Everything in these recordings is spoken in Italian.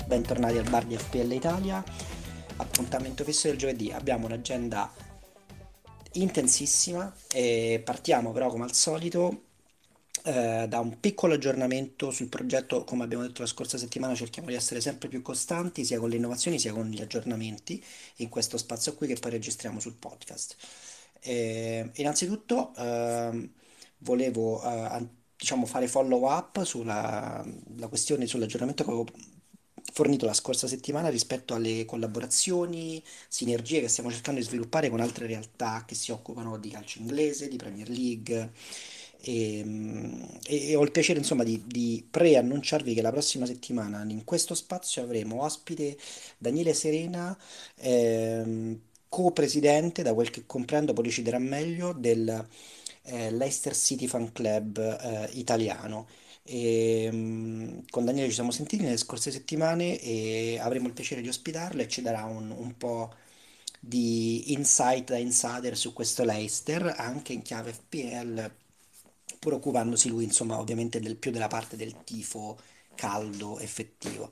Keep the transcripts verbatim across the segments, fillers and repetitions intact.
bentornati al bar di F P L Italia. Appuntamento fisso del giovedì. Abbiamo un'agenda intensissima e partiamo però come al solito eh, da un piccolo aggiornamento sul progetto. Come abbiamo detto la scorsa settimana, cerchiamo di essere sempre più costanti sia con le innovazioni sia con gli aggiornamenti in questo spazio qui che poi registriamo sul podcast. Eh, innanzitutto ehm, volevo eh, an- diciamo, fare follow up sulla la questione, sull'aggiornamento che avevo fornito la scorsa settimana rispetto alle collaborazioni, sinergie che stiamo cercando di sviluppare con altre realtà che si occupano di calcio inglese, di Premier League. E, e- e ho il piacere insomma di, di preannunciarvi che la prossima settimana in questo spazio avremo ospite Daniele Serena, ehm, co-presidente, da quel che comprendo, poi deciderà meglio, del eh, Leicester City Fan Club eh, italiano. E, mm, con Daniele ci siamo sentiti nelle scorse settimane e avremo il piacere di ospitarlo e ci darà un, un po' di insight da insider su questo Leicester, anche in chiave F P L, pur occupandosi lui, insomma, ovviamente del più della parte del tifo caldo effettivo.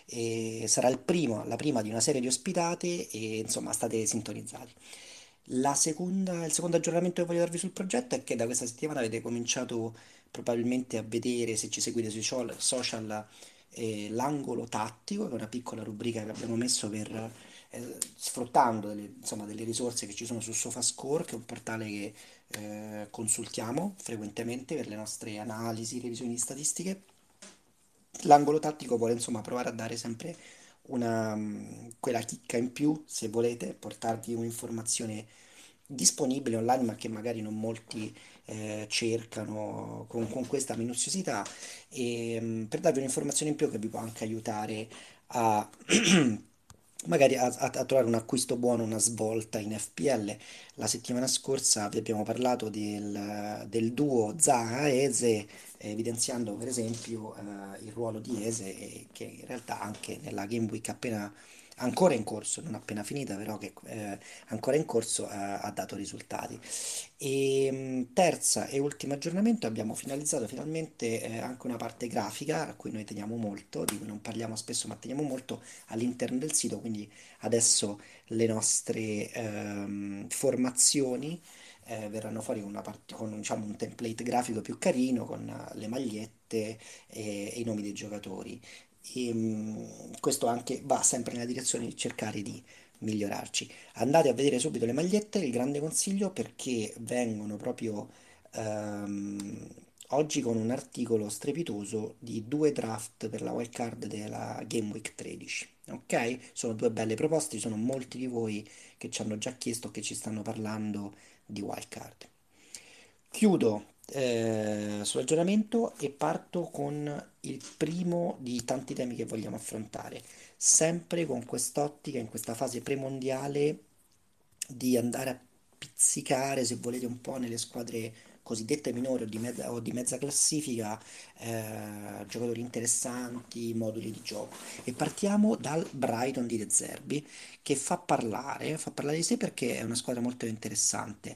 E sarà il primo, la prima di una serie di ospitate e insomma state sintonizzati. La seconda, il secondo aggiornamento che voglio darvi sul progetto è che da questa settimana avete cominciato probabilmente a vedere, se ci seguite sui social, social, eh, l'angolo tattico, che è una piccola rubrica che abbiamo messo per, eh, sfruttando delle, insomma, delle risorse che ci sono su SofaScore, che è un portale che eh, consultiamo frequentemente per le nostre analisi, revisioni statistiche. L'angolo tattico vuole insomma provare a dare sempre una, mm, quella chicca in più, se volete, portarvi un'informazione disponibile online, ma che magari non molti eh, cercano con, con questa minuziosità, e, mm, per darvi un'informazione in più che vi può anche aiutare a magari a, a- a trovare un acquisto buono, una svolta in F P L. La settimana scorsa vi abbiamo parlato del, del duo Zaha-Eze, evidenziando per esempio eh, il ruolo di Eze, eh, che in realtà anche nella Game Week appena ancora in corso, non appena finita, però che eh, ancora in corso eh, ha dato risultati. E mh, terza e ultimo aggiornamento, abbiamo finalizzato finalmente eh, anche una parte grafica a cui noi teniamo molto, di cui non parliamo spesso ma teniamo molto, all'interno del sito, quindi adesso le nostre ehm, formazioni eh, verranno fuori con, una part- con diciamo, un template grafico più carino, con eh, le magliette e, e i nomi dei giocatori. E, mh, questo anche va sempre nella direzione di cercare di migliorarci. Andate a vedere subito le magliette, il grande consiglio, perché vengono proprio ehm, oggi con un articolo strepitoso di due draft per la wild card della Game Week tredici. Ok? Sono due belle proposte, ci sono molti di voi che ci hanno già chiesto, che ci stanno parlando di wildcard. Chiudo eh, sull'aggiornamento e parto con il primo di tanti temi che vogliamo affrontare, sempre con quest'ottica, in questa fase premondiale, di andare a pizzicare, se volete, un po' nelle squadre cosiddette minori o di mezza, o di mezza classifica, eh, giocatori interessanti, moduli di gioco. E partiamo dal Brighton di De Zerbi, che fa parlare, fa parlare di sé perché è una squadra molto interessante.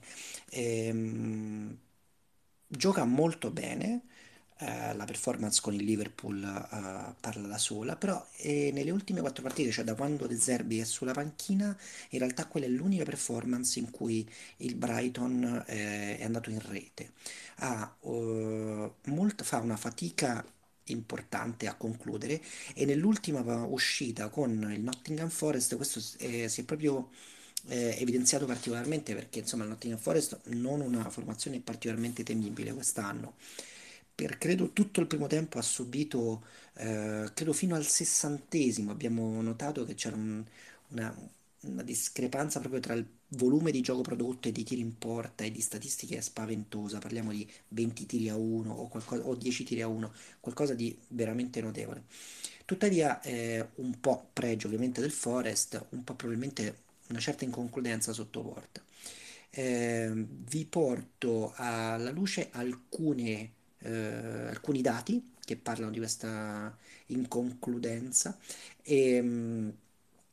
Ehm, Gioca molto bene, eh, la performance con il Liverpool eh, parla da sola, però eh, nelle ultime quattro partite, cioè da quando De Zerbi è sulla panchina, in realtà quella è l'unica performance in cui il Brighton eh, è andato in rete. Ha, eh, molt- fa una fatica importante a concludere, e nell'ultima uscita con il Nottingham Forest questo eh, si è proprio eh, evidenziato particolarmente, perché insomma il Nottingham Forest non una formazione particolarmente temibile quest'anno. Per credo tutto il primo tempo ha subito, eh, credo fino al sessantesimo abbiamo notato che c'era un- una, una discrepanza proprio tra il volume di gioco prodotto e di tiri in porta e di statistiche spaventosa. Parliamo di venti tiri a uno o, qualcosa, o dieci tiri a uno, qualcosa di veramente notevole. Tuttavia, eh, un po' pregio ovviamente del Forest, un po' probabilmente una certa inconcludenza sotto porta. Eh, vi porto alla luce alcune, eh, alcuni dati che parlano di questa inconcludenza. E, mh,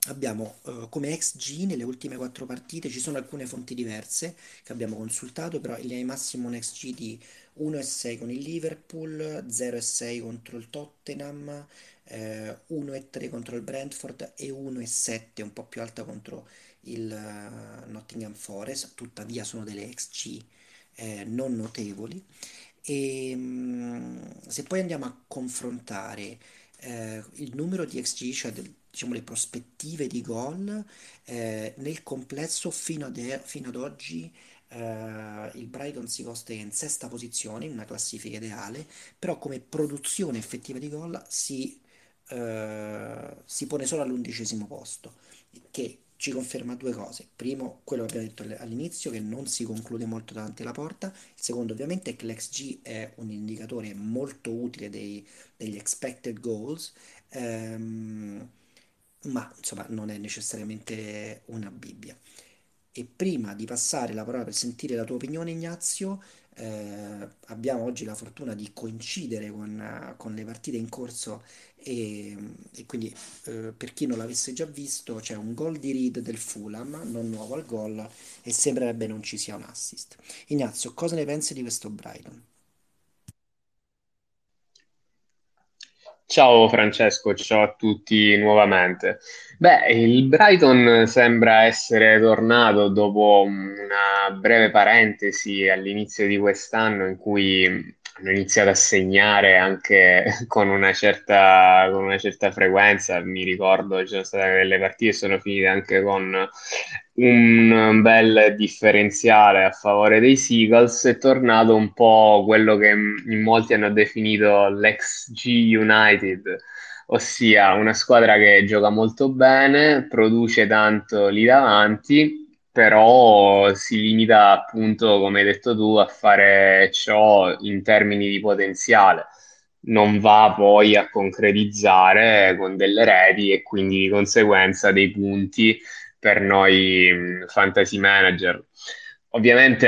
Abbiamo eh, come X G nelle ultime quattro partite, ci sono alcune fonti diverse che abbiamo consultato, però in linea di massimo un X G di uno virgola sei con il Liverpool, zero virgola sei contro il Tottenham, eh, uno virgola tre contro il Brentford e uno virgola sette un po' più alta contro il eh, Nottingham Forest, tuttavia sono delle X G eh, non notevoli. E mh, se poi andiamo a confrontare eh, il numero di X G, cioè del- diciamo le prospettive di gol, eh, nel complesso fino ad, fino ad oggi eh, il Brighton si posta in sesta posizione in una classifica ideale, però come produzione effettiva di gol si, eh, si pone solo all'undicesimo posto, che ci conferma due cose. Primo, quello che abbiamo detto all'inizio, che non si conclude molto davanti alla porta. Il secondo, ovviamente, è che l'X G è un indicatore molto utile dei- degli expected goals, ehm, ma insomma non è necessariamente una Bibbia. E prima di passare la parola per sentire la tua opinione, Ignazio, eh, abbiamo oggi la fortuna di coincidere con, eh, con le partite in corso e, e quindi eh, per chi non l'avesse già visto c'è un gol di Reed del Fulham, non nuovo al gol, e sembrerebbe non ci sia un assist. Ignazio, cosa ne pensi di questo Brighton? Ciao Francesco, ciao a tutti nuovamente. Beh, il Brighton sembra essere tornato dopo una breve parentesi all'inizio di quest'anno in cui hanno iniziato a segnare anche con una certa, con una certa frequenza. Mi ricordo ci sono state delle partite che sono finite anche con un bel differenziale a favore dei Seagulls. È tornato un po' quello che in molti hanno definito l'ex G United, ossia una squadra che gioca molto bene, produce tanto lì davanti, però si limita appunto, come hai detto tu, a fare ciò in termini di potenziale. Non va poi a concretizzare con delle reti e quindi di conseguenza dei punti per noi mh, fantasy manager. Ovviamente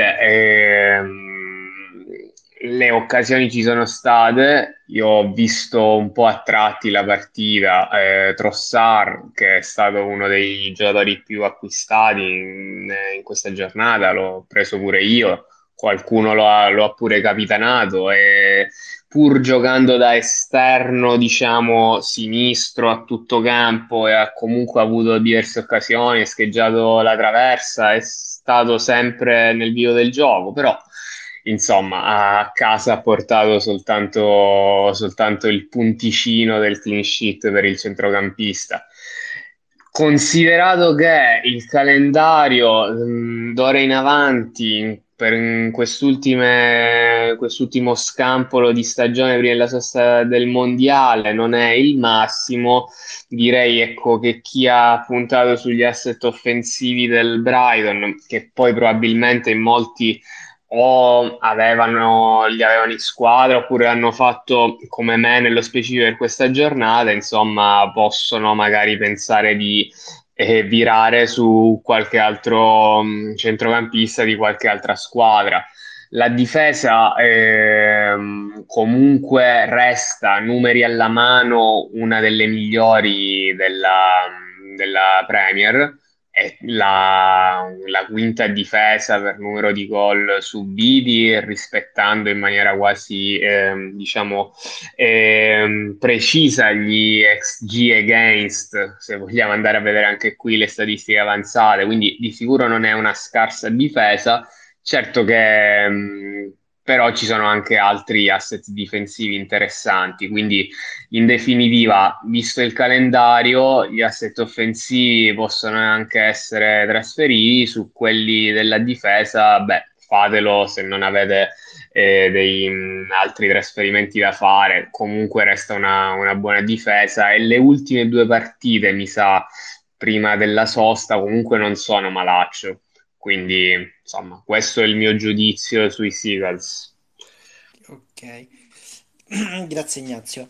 ehm, le occasioni ci sono state, io ho visto un po' a tratti la partita, eh, Trossard, che è stato uno dei giocatori più acquistati in, in questa giornata, l'ho preso pure io, qualcuno lo ha, lo ha pure capitanato e pur giocando da esterno, diciamo, sinistro a tutto campo e ha comunque avuto diverse occasioni, ha scheggiato la traversa, è stato sempre nel vivo del gioco, però insomma a casa ha portato soltanto, soltanto il punticino del clean sheet per il centrocampista. Considerato che il calendario mh, d'ora in avanti, per in quest'ultime- quest'ultimo scampolo di stagione prima della sosta del mondiale non è il massimo, direi ecco, che chi ha puntato sugli asset offensivi del Brighton, che poi probabilmente in molti o avevano, li avevano in squadra oppure hanno fatto come me nello specifico per questa giornata, insomma, possono magari pensare di eh, virare su qualche altro mh, centrocampista di qualche altra squadra. La difesa ehm, comunque resta, numeri alla mano, una delle migliori della, della Premier. È la, la quinta difesa per numero di gol subiti, rispettando in maniera quasi, ehm, diciamo, ehm, precisa gli X G against, se vogliamo andare a vedere anche qui le statistiche avanzate, quindi di sicuro non è una scarsa difesa. Certo che mh, però ci sono anche altri asset difensivi interessanti, quindi in definitiva, visto il calendario, gli asset offensivi possono anche essere trasferiti su quelli della difesa, beh, fatelo se non avete eh, dei mh, altri trasferimenti da fare, comunque resta una, una buona difesa e le ultime due partite, mi sa, prima della sosta, comunque non sono malaccio. Quindi, insomma, questo è il mio giudizio sui Seagulls. Ok, grazie Ignazio.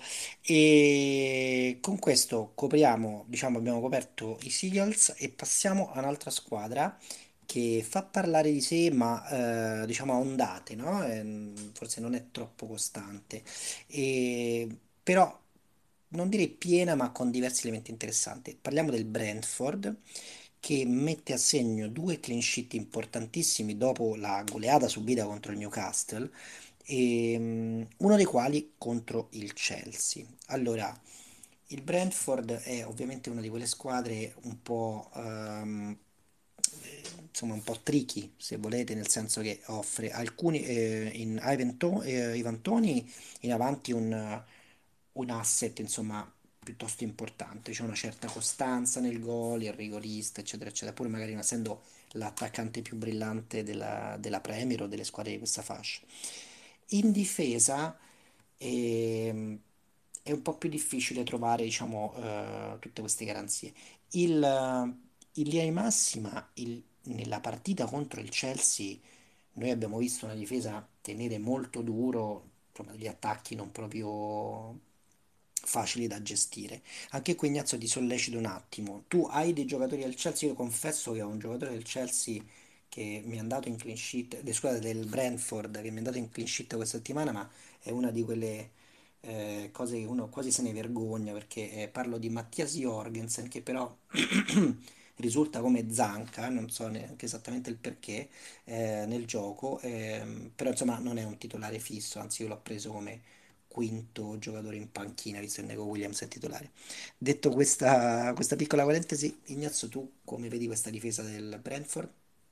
E con questo copriamo, diciamo, abbiamo coperto i Seagulls e passiamo a un'altra squadra che fa parlare di sé, ma eh, diciamo a ondate, no? E, mm, forse non è troppo costante. E, però non direi piena, ma con diversi elementi interessanti. Parliamo del Brentford, che mette a segno due clean sheet importantissimi dopo la goleada subita contro il Newcastle, e, mm, uno dei quali contro il Chelsea. Allora, il Brentford è ovviamente una di quelle squadre un po', ehm, eh, insomma, un po' tricky, se volete, nel senso che offre alcuni, eh, in Ivan, To- eh, Ivan Toney in avanti un, un asset, insomma, piuttosto importante. C'è una certa costanza nel gol, il rigorista, eccetera, eccetera, pur magari non essendo l'attaccante più brillante della, della Premier o delle squadre di questa fascia. In difesa ehm, è un po' più difficile trovare, diciamo, eh, tutte queste garanzie. Il, in linea di massima, il- nella partita contro il Chelsea, noi abbiamo visto una difesa tenere molto duro, insomma, degli attacchi non proprio facili da gestire. Anche qui, Ignazio, ti sollecito un attimo. Tu hai dei giocatori del Chelsea? Io confesso che ho un giocatore del Chelsea che mi è andato in clean sheet, eh, scusate, del Brentford che mi è andato in clean sheet questa settimana, ma è una di quelle eh, cose che uno quasi se ne vergogna, perché eh, parlo di Mattias Jorgensen, che però risulta come Zanca, non so neanche esattamente il perché, eh, nel gioco, ehm, però insomma non è un titolare fisso, anzi io l'ho preso come quinto giocatore in panchina, visto che Neco Williams è titolare. Detto questa, questa piccola parentesi, Ignazio, tu come vedi questa difesa del Brentford?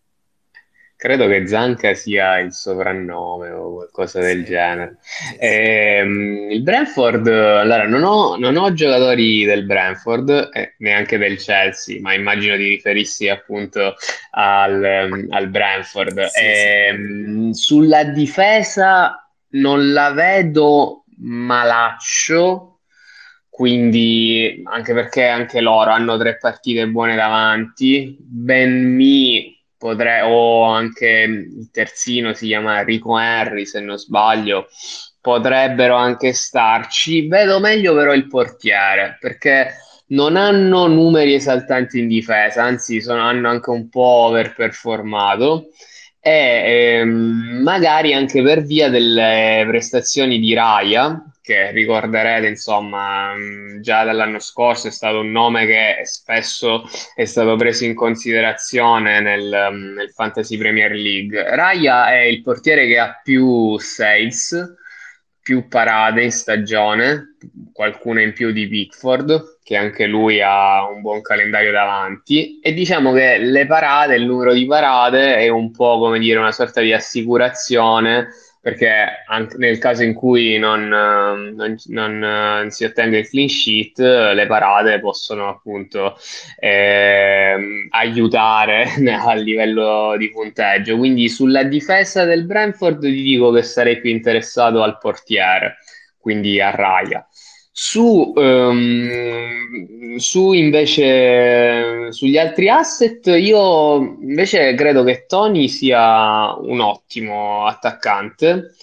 Credo che Zanca sia il soprannome o qualcosa del Sì, genere. sì, sì. Ehm, il Brentford, allora, non ho, non ho giocatori del Brentford, eh, neanche del Chelsea, ma immagino di riferirsi appunto al, ehm, al Brentford. Sì, sì. Ehm, sulla difesa non la vedo malaccio, quindi anche perché anche loro hanno tre partite buone davanti. Ben mi potrei, o anche il terzino si chiama Rico Henry, se non sbaglio, potrebbero anche starci. Vedo meglio però il portiere, perché non hanno numeri esaltanti in difesa, anzi sono- hanno anche un po' overperformato e ehm, magari anche per via delle prestazioni di Raya, che ricorderete, insomma, mh, già dall'anno scorso è stato un nome che spesso è stato preso in considerazione nel, um, nel Fantasy Premier League. Raya è il portiere che ha più saves, più parate in stagione, qualcuna in più di Pickford, che anche lui ha un buon calendario davanti. E diciamo che le parate, il numero di parate è un po' come dire una sorta di assicurazione perché anche nel caso in cui non, eh, non- non, eh, si ottenga il clean sheet, eh, le parate possono appunto ehm, aiutare a livello di punteggio. Quindi sulla difesa del Brentford ti dico che sarei più interessato al portiere, quindi a Raya. Su, ehm, su invece sugli altri asset, io invece credo che Tony sia un ottimo attaccante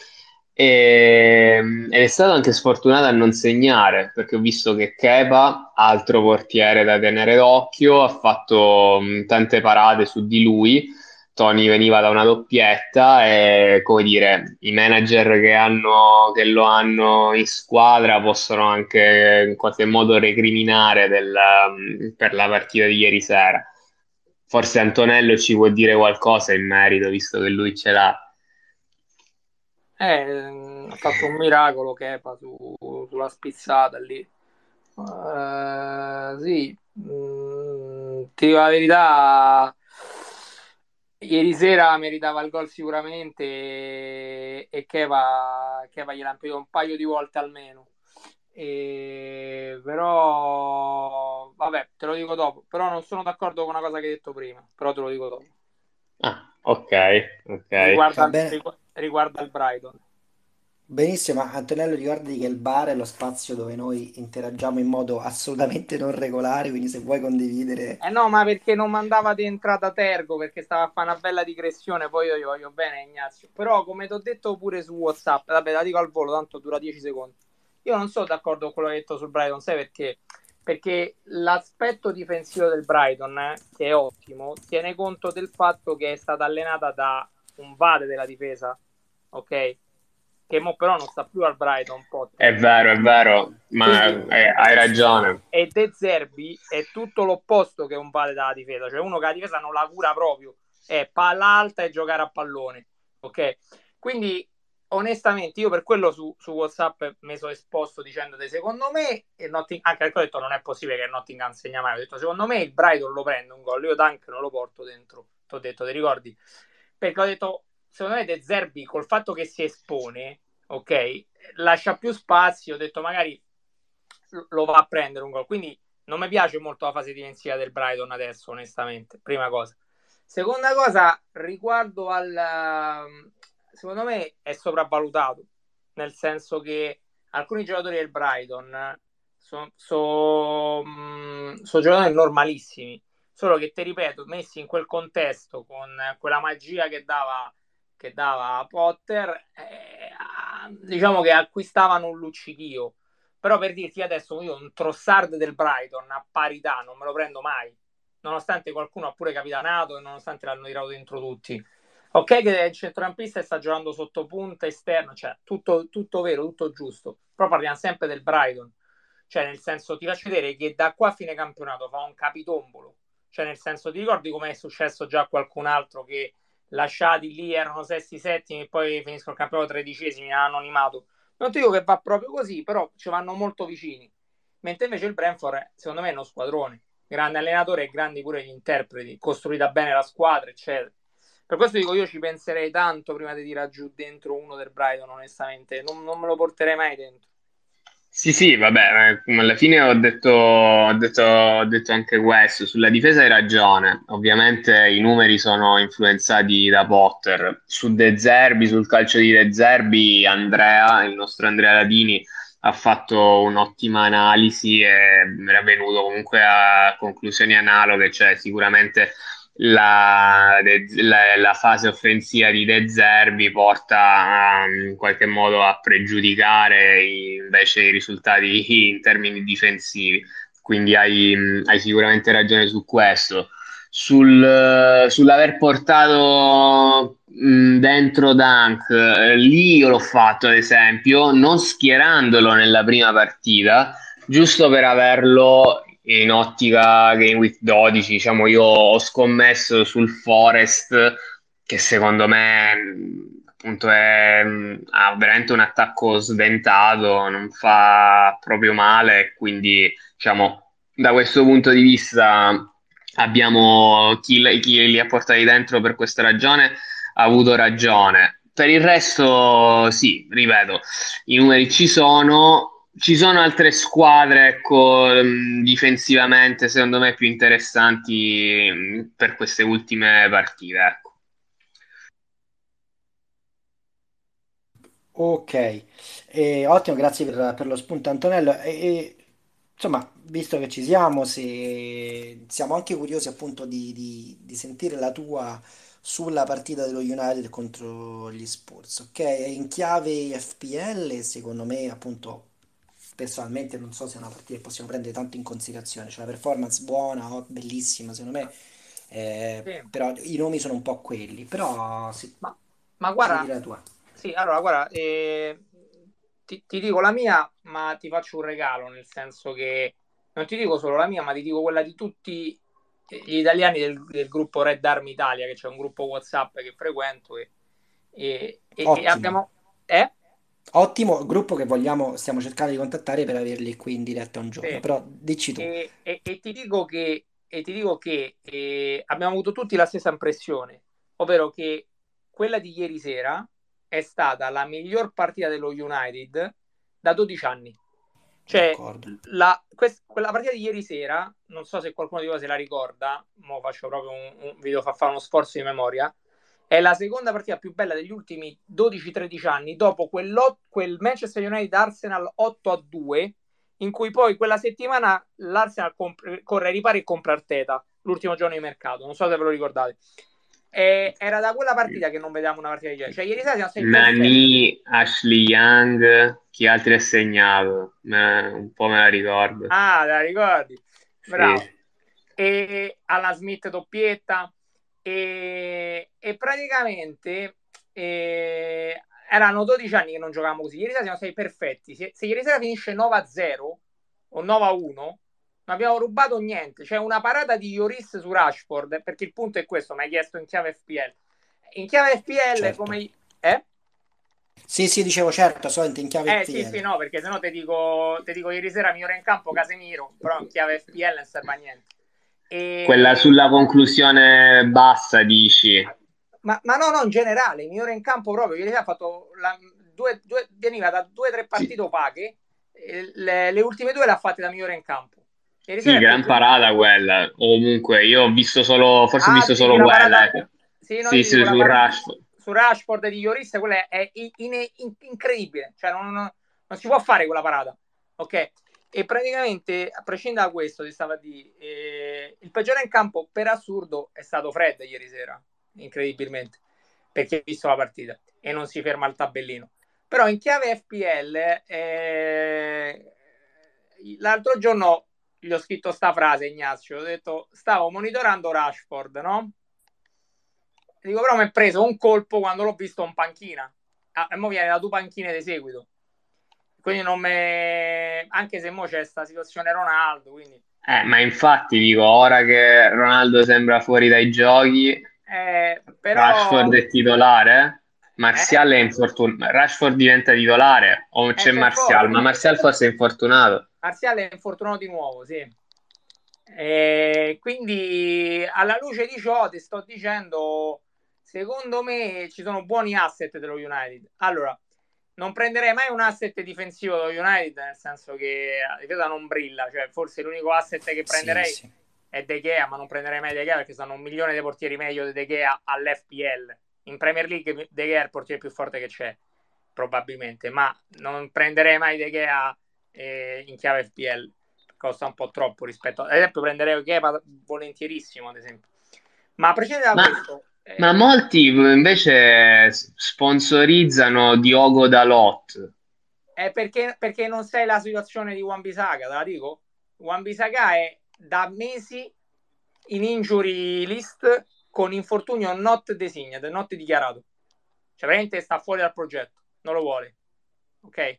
e- ed è stato anche sfortunato a non segnare perché ho visto che Kepa, altro portiere da tenere d'occhio, ha fatto mh, tante parate su di lui. Tony veniva da una doppietta e, come dire, i manager che hanno, che lo hanno in squadra possono anche in qualche modo recriminare del, um, per la partita di ieri sera. Forse Antonello ci può dire qualcosa in merito, visto che lui ce l'ha. Eh, ha fatto un miracolo Kepa su, sulla spizzata lì. Eh, sì, mm, ti dico la verità, ieri sera meritava il gol sicuramente e, e Kepa, Kepa gliel'ha impedito un paio di volte almeno. E, però, vabbè, te lo dico dopo. Però non sono d'accordo con una cosa che hai detto prima, però te lo dico dopo. Ah, ok, ok. Va Riguarda, bene. riguarda il Brighton. Benissimo, ma Antonello, ricordi che il bar è lo spazio dove noi interagiamo in modo assolutamente non regolare, quindi se vuoi condividere... Eh no, ma perché non mandava di entrata Tergo perché stava a fare una bella digressione, poi io gli voglio bene Ignazio. Però come ti ho detto pure su WhatsApp, vabbè, la dico al volo, tanto dura dieci secondi. Io non sono d'accordo con quello che hai detto sul Brighton, sai perché? Perché l'aspetto difensivo del Brighton, eh, che è ottimo, tiene conto del fatto che è stata allenata da un vade della difesa, ok? Che mo però non sta più al Brighton, È Potter. vero, è vero. Ma Quindi eh, hai ragione. E De Zerbi è tutto l'opposto che un vale dalla difesa, cioè uno che la difesa non la cura proprio, è palla alta e giocare a pallone, ok? Quindi onestamente io per quello su, su WhatsApp mi sono esposto dicendo che secondo me, e Notting- anche perché ho detto non è possibile che Nottingham segna mai, ho detto secondo me il Brighton lo prende un gol, io Dunk non lo porto dentro, ti ho detto, ti ricordi? Perché ho detto, secondo me De Zerbi col fatto che si espone, ok, lascia più spazio, ho detto magari lo va a prendere un gol, quindi non mi piace molto la fase difensiva del Brighton adesso, onestamente, prima cosa. Seconda cosa, riguardo al... secondo me è sopravvalutato, nel senso che alcuni giocatori del Brighton sono so, so giocatori normalissimi, solo che, ti ripeto, messi in quel contesto, con quella magia che dava, che dava Potter, eh, diciamo che acquistavano un luccichio. Però per dirti adesso, io un Trossard del Brighton a parità non me lo prendo mai, nonostante qualcuno ha pure capitanato e nonostante l'hanno tirato dentro tutti. Ok che il centrocampista sta giocando sotto punta esterno, cioè tutto, tutto vero, tutto giusto, però parliamo sempre del Brighton, cioè nel senso ti faccio vedere che da qua a fine campionato fa un capitombolo, cioè nel senso ti ricordi come è successo già a qualcun altro che lasciati lì erano sesti, settimi e poi finiscono il campionato tredicesimi in anonimato. Non ti dico che va proprio così, però ci vanno molto vicini. Mentre invece il Brentford, secondo me, è uno squadrone. Grande allenatore e grandi pure gli interpreti, costruita bene la squadra, eccetera. Per questo dico, io ci penserei tanto prima di tirare giù dentro uno del Brighton, onestamente. Non, non me lo porterei mai dentro. Sì, sì, vabbè, ma alla fine ho detto, ho detto, ho detto anche questo. Sulla difesa hai ragione. Ovviamente i numeri sono influenzati da Potter. Su De Zerbi, sul calcio di De Zerbi, Andrea, il nostro Andrea Ladini, ha fatto un'ottima analisi e era venuto comunque a conclusioni analoghe, cioè sicuramente la, De- la- la fase offensiva di De Zerbi porta a- in qualche modo a pregiudicare i- invece i risultati in termini difensivi. Quindi hai, hai sicuramente ragione su questo. Sul, sull'aver portato mh, dentro Dunk, eh, lì io l'ho fatto ad esempio, non schierandolo nella prima partita, giusto per averlo in ottica Game Week dodici, diciamo, io ho scommesso sul Forest, che secondo me mh, appunto è, mh, ha veramente un attacco sventato, non fa proprio male, quindi diciamo, da questo punto di vista abbiamo chi, chi li ha portati dentro per questa ragione ha avuto ragione. Per il resto, sì, ripeto, i numeri ci sono. Ci sono altre squadre, ecco, mh, difensivamente, secondo me, più interessanti mh, per queste ultime partite, ecco. Ok, Eh, ottimo, grazie per, per lo spunto Antonello. E, e, insomma, visto che ci siamo, se, siamo anche curiosi appunto di, di- di sentire la tua sulla partita dello United contro gli Spurs, ok? È in chiave F P L, secondo me appunto personalmente non so se è una partita che possiamo prendere tanto in considerazione, cioè la performance buona, oh, bellissima, secondo me, eh, Sì. però i nomi sono un po' quelli, però sì, Ma, ma ci devi guarda, dire la tua. sì, allora guarda, eh, ti, ti dico la mia, ma ti faccio un regalo, nel senso che non ti dico solo la mia, ma ti dico quella di tutti gli italiani del, del gruppo Red Army Italia, che c'è un gruppo WhatsApp che frequento e, e, e- e Ottimo. abbiamo... Eh? Ottimo gruppo che vogliamo, stiamo cercando di contattare per averli qui in diretta un giorno, Sì. però dici tu. E, e- e ti dico che, e ti dico che eh, abbiamo avuto tutti la stessa impressione, ovvero che quella di ieri sera è stata la miglior partita dello United da dodici anni. Cioè, D'accordo. la, quest- quella partita di ieri sera, non so se qualcuno di voi se la ricorda, mo faccio proprio un, un video, fa fare uno sforzo di memoria, è la seconda partita più bella degli ultimi dodici tredici anni, dopo quel Manchester United Arsenal otto a due, in cui poi quella settimana l'Arsenal comp- corre ai ripari e compra Arteta, l'ultimo giorno di mercato, non so se ve lo ricordate. E era da quella partita che non vedevamo una partita di genere. Cioè, ieri sera siamo stati perfetti. Nani, Ashley Young, chi altri ha segnato? Me- un po' me la ricordo. Ah, te la ricordi? Sì. Bravo. E alla Smith doppietta. E, e praticamente eh, erano dodici anni che non giocavamo così. Ieri sera siamo stati perfetti. Se, se ieri sera finisce nove a zero o nove a uno, non abbiamo rubato niente. C'è una parata di Lloris su Rashford, perché il punto è questo, mi hai chiesto in chiave F P L. In chiave F P L Certo. come... Eh? Sì, sì, dicevo certo, solamente in chiave Eh sì, sì, F P L. no, perché sennò te dico, te dico ieri sera migliore in campo Casemiro, però in chiave F P L non serve a niente. Quella E... sulla conclusione bassa, dici? Ma, ma no, no, in generale, migliore in campo proprio. Ieri sera ha fatto la, due, due, veniva da due o tre Sì, partite opache, e le, le ultime due le ha fatte da migliore in campo. Ieri sera sì, è gran peggio. parata quella. O comunque, io ho visto solo, forse ho Ah, visto tu dici solo la quella. parata. eh. Sì, no, io Sì, ti dico sì, la su parata Rashford. su Rashford di Lloris, quella è in- in- in- incredibile. Cioè, non, non- non si può fare quella parata. Ok? E praticamente, a prescindere da questo, ti stava a dire, eh, il peggiore in campo per assurdo è stato Fred ieri sera, incredibilmente, perché ha visto la partita e non si ferma al tabellino. Però in chiave F P L, eh, l'altro giorno gli ho scritto sta frase, Ignazio, ho detto, stavo monitorando Rashford, no? Dico, però mi è preso un colpo quando l'ho visto in panchina. Ah, e mo viene da due panchine di seguito. Quindi non me... Anche se mo c'è questa situazione Ronaldo, quindi... Eh, ma infatti dico, ora che Ronaldo sembra fuori dai giochi, Eh, però... Rashford è titolare? Eh, Martial è infortunato. Rashford diventa titolare o eh, c'è per Martial? Ma forza. Martial forse è infortunato. Marziale è infortunato di nuovo, sì. E quindi alla luce di ciò ti sto dicendo, secondo me ci sono buoni asset dello United. Allora, non prenderei mai un asset difensivo dello United, nel senso che la difesa non brilla, cioè forse l'unico asset che Sì, prenderei sì. è De Gea, ma non prenderei mai De Gea perché sono un milione di portieri meglio di De Gea all'F P L. In Premier League De Gea è il portiere più forte che c'è, probabilmente, ma non prenderei mai De Gea eh, in chiave F P L, costa un po' troppo rispetto, ad esempio prenderei Kepa volentierissimo, ad esempio. Ma a prescindere da Ma, questo, ma eh, molti invece sponsorizzano Diogo Dalot. è perché, perché non sai la situazione di Wan-Bissaka, te la dico? Wan-Bissaka è da mesi in injury list con infortunio not designato, not dichiarato. Cioè veramente sta fuori dal progetto, non lo vuole. Ok?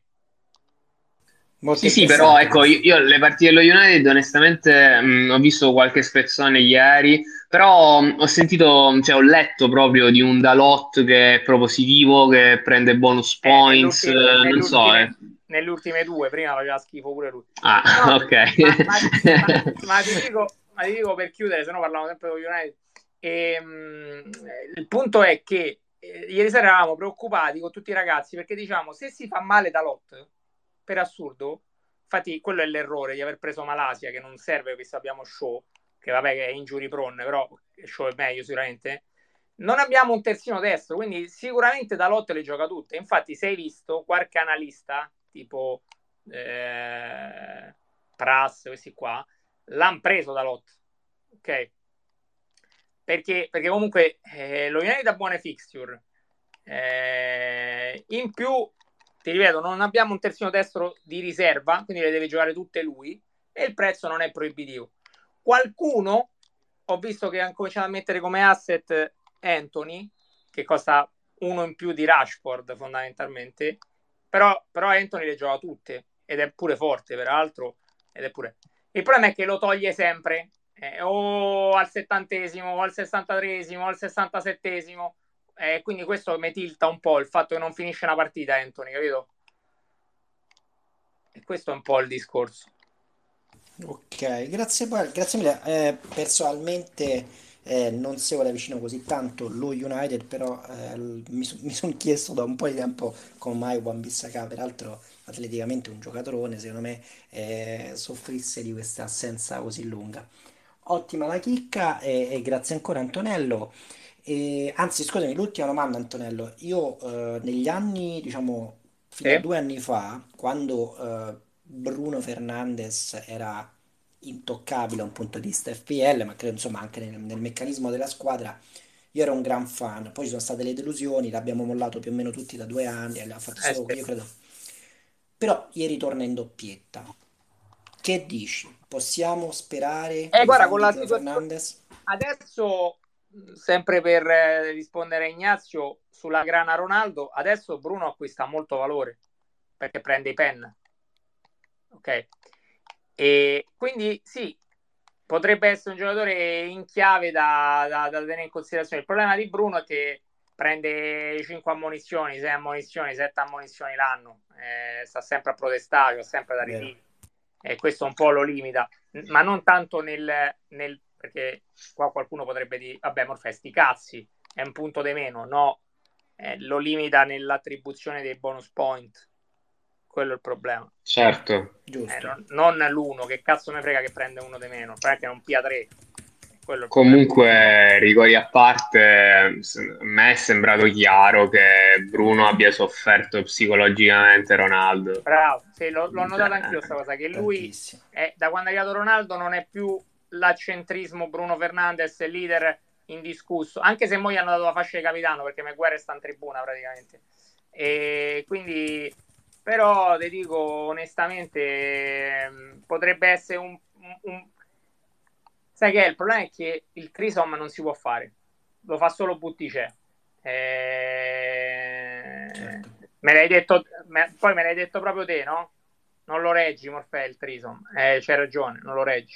Molto Sì, sì, però interessante ecco, io, questo. io le partite dello United onestamente mh, ho visto qualche spezzone ieri, però mh, ho sentito, cioè ho letto proprio di un Dalot che è propositivo, che prende bonus Eh, points, nell'ulti- eh, non nelle, so. eh. ultime, nelle ultime due, prima faceva schifo pure lui. Ah, No, ok. ma, ma, ma, ma ti dico, ma ti dico per chiudere, se no parliamo sempre con United. Ehm, il punto è che eh, ieri sera eravamo preoccupati con tutti i ragazzi perché diciamo se si fa male Dalot, per assurdo, infatti quello è l'errore di aver preso Malasia che non serve visto abbiamo Show, che vabbè che è injury prone, però Show è meglio sicuramente. Non abbiamo un terzino destro, quindi sicuramente Dalot le gioca tutte. Infatti, se hai visto qualche analista, tipo eh, Pras, questi qua, l'hanno preso Dalot. Ok? Perché, perché comunque eh, lo United ha buone fixture. Eh, in più, ti ripeto, non abbiamo un terzino destro di riserva, quindi le deve giocare tutte lui, e il prezzo non è proibitivo. Qualcuno, ho visto che hanno cominciato a mettere come asset Anthony, che costa uno in più di Rashford fondamentalmente, però, però Anthony le gioca tutte, ed è pure forte peraltro, ed è pure... Il problema è che lo toglie sempre, eh, o al settantesimo, o al sessantatreesimo, o al sessantasettesimo, eh, quindi questo mi tilta un po' il fatto che non finisce una partita Anthony, capito? E questo è un po' il discorso. Ok, grazie, poi- grazie mille. Eh, personalmente eh, non seguo da vicino così tanto lo United, però eh, l- mi, sono chiesto da un po' di tempo come mai Wan-Bissaka, peraltro atleticamente un giocatorone, secondo me eh, soffrisse di questa assenza così lunga. Ottima la chicca e, e grazie ancora Antonello. E, anzi, scusami, l'ultima domanda Antonello. Io eh, negli anni, diciamo, fino a Sì? due anni fa, quando eh, Bruno Fernandes era intoccabile da un punto di vista F P L, ma credo insomma anche nel, nel meccanismo della squadra, io ero un gran fan. Poi ci sono state le delusioni, l'abbiamo mollato più o meno tutti da due anni, e ha fatto Eh solo, sì. io credo. Però ieri torna in doppietta. Che dici? Possiamo sperare Eh, per i guarda, fan con di la Bruno situazione Fernandes? adesso sempre per eh, rispondere a Ignazio sulla grana Ronaldo, adesso Bruno acquista molto valore perché prende i pen, ok? E quindi sì, potrebbe essere un giocatore in chiave da, da, da tenere in considerazione. Il problema di Bruno è che prende cinque ammonizioni, sei ammonizioni, sette ammonizioni l'anno, eh, sta sempre a protestare, ha sempre da Vero. ritiro, e questo un po' lo limita, ma non tanto nel, nel perché qua qualcuno potrebbe dire, vabbè, Morfè, sti cazzi, è un punto di meno, no, eh, lo limita nell'attribuzione dei bonus point, quello è il problema. Certo. Eh, Giusto. non, non l'uno, che cazzo me frega che prende uno di meno, perché non pia tre, quello è il problema. Comunque, rigori a parte, s- a me è sembrato chiaro che Bruno abbia sofferto psicologicamente Ronaldo. Bravo, sì, l'ho, l'ho notato anch'io Cioè, questa cosa, che lui Tantissimo. è, da quando è arrivato Ronaldo non è più l'accentrismo Bruno Fernandes, il leader indiscusso, anche se mo gli hanno dato la fascia di capitano perché Maguire sta in tribuna praticamente. E quindi, però, ti dico onestamente, ehm, potrebbe essere un, un- un- Sai che è? Il problema è che il Trisom non si può fare, lo fa solo Butticè. Eh, Certo. Me l'hai detto, me- poi me l'hai detto proprio te, no? Non lo reggi, Morfè, il Trisom. Eh, c'hai ragione, non lo reggi.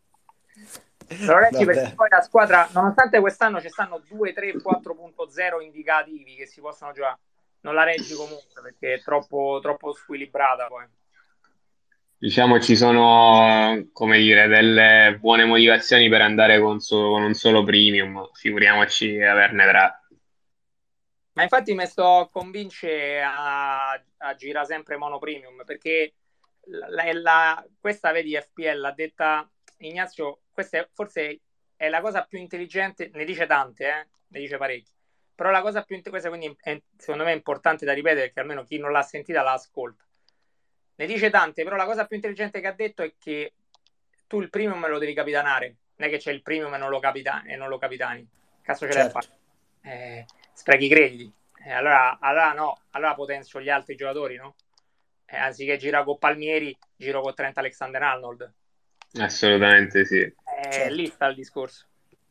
Non lo reggi perché Vabbè. poi la squadra, nonostante quest'anno ci stanno due, tre, quattro punto zero indicativi che si possono giocare, non la reggi comunque perché è troppo, troppo squilibrata poi. diciamo ci sono, come dire, delle buone motivazioni per andare con, so- con un solo premium, figuriamoci averne tre. Ma infatti mi sto a convincere a, a girare sempre mono premium perché la, la- la- questa, vedi, F P L l'ha detta Ignazio, questa è, forse è la cosa più intelligente, ne dice tante, eh? Ne dice parecchie, però la cosa più inte- questa quindi è, secondo me è importante da ripetere perché almeno chi non l'ha sentita la ascolta. Ne dice tante, però la cosa più intelligente che ha detto è che tu il premium lo devi capitanare, non è che c'è il premium e non lo, capita- e non lo capitani. Cazzo ce l'hai a fare? Certo. Eh, sprechi i crediti. Eh, allora, allora no, allora potenzio gli altri giocatori, no? Eh, anziché girare con Palmieri, giro con Trent Alexander-Arnold. Assolutamente sì. Eh, lì Certo. sta il discorso.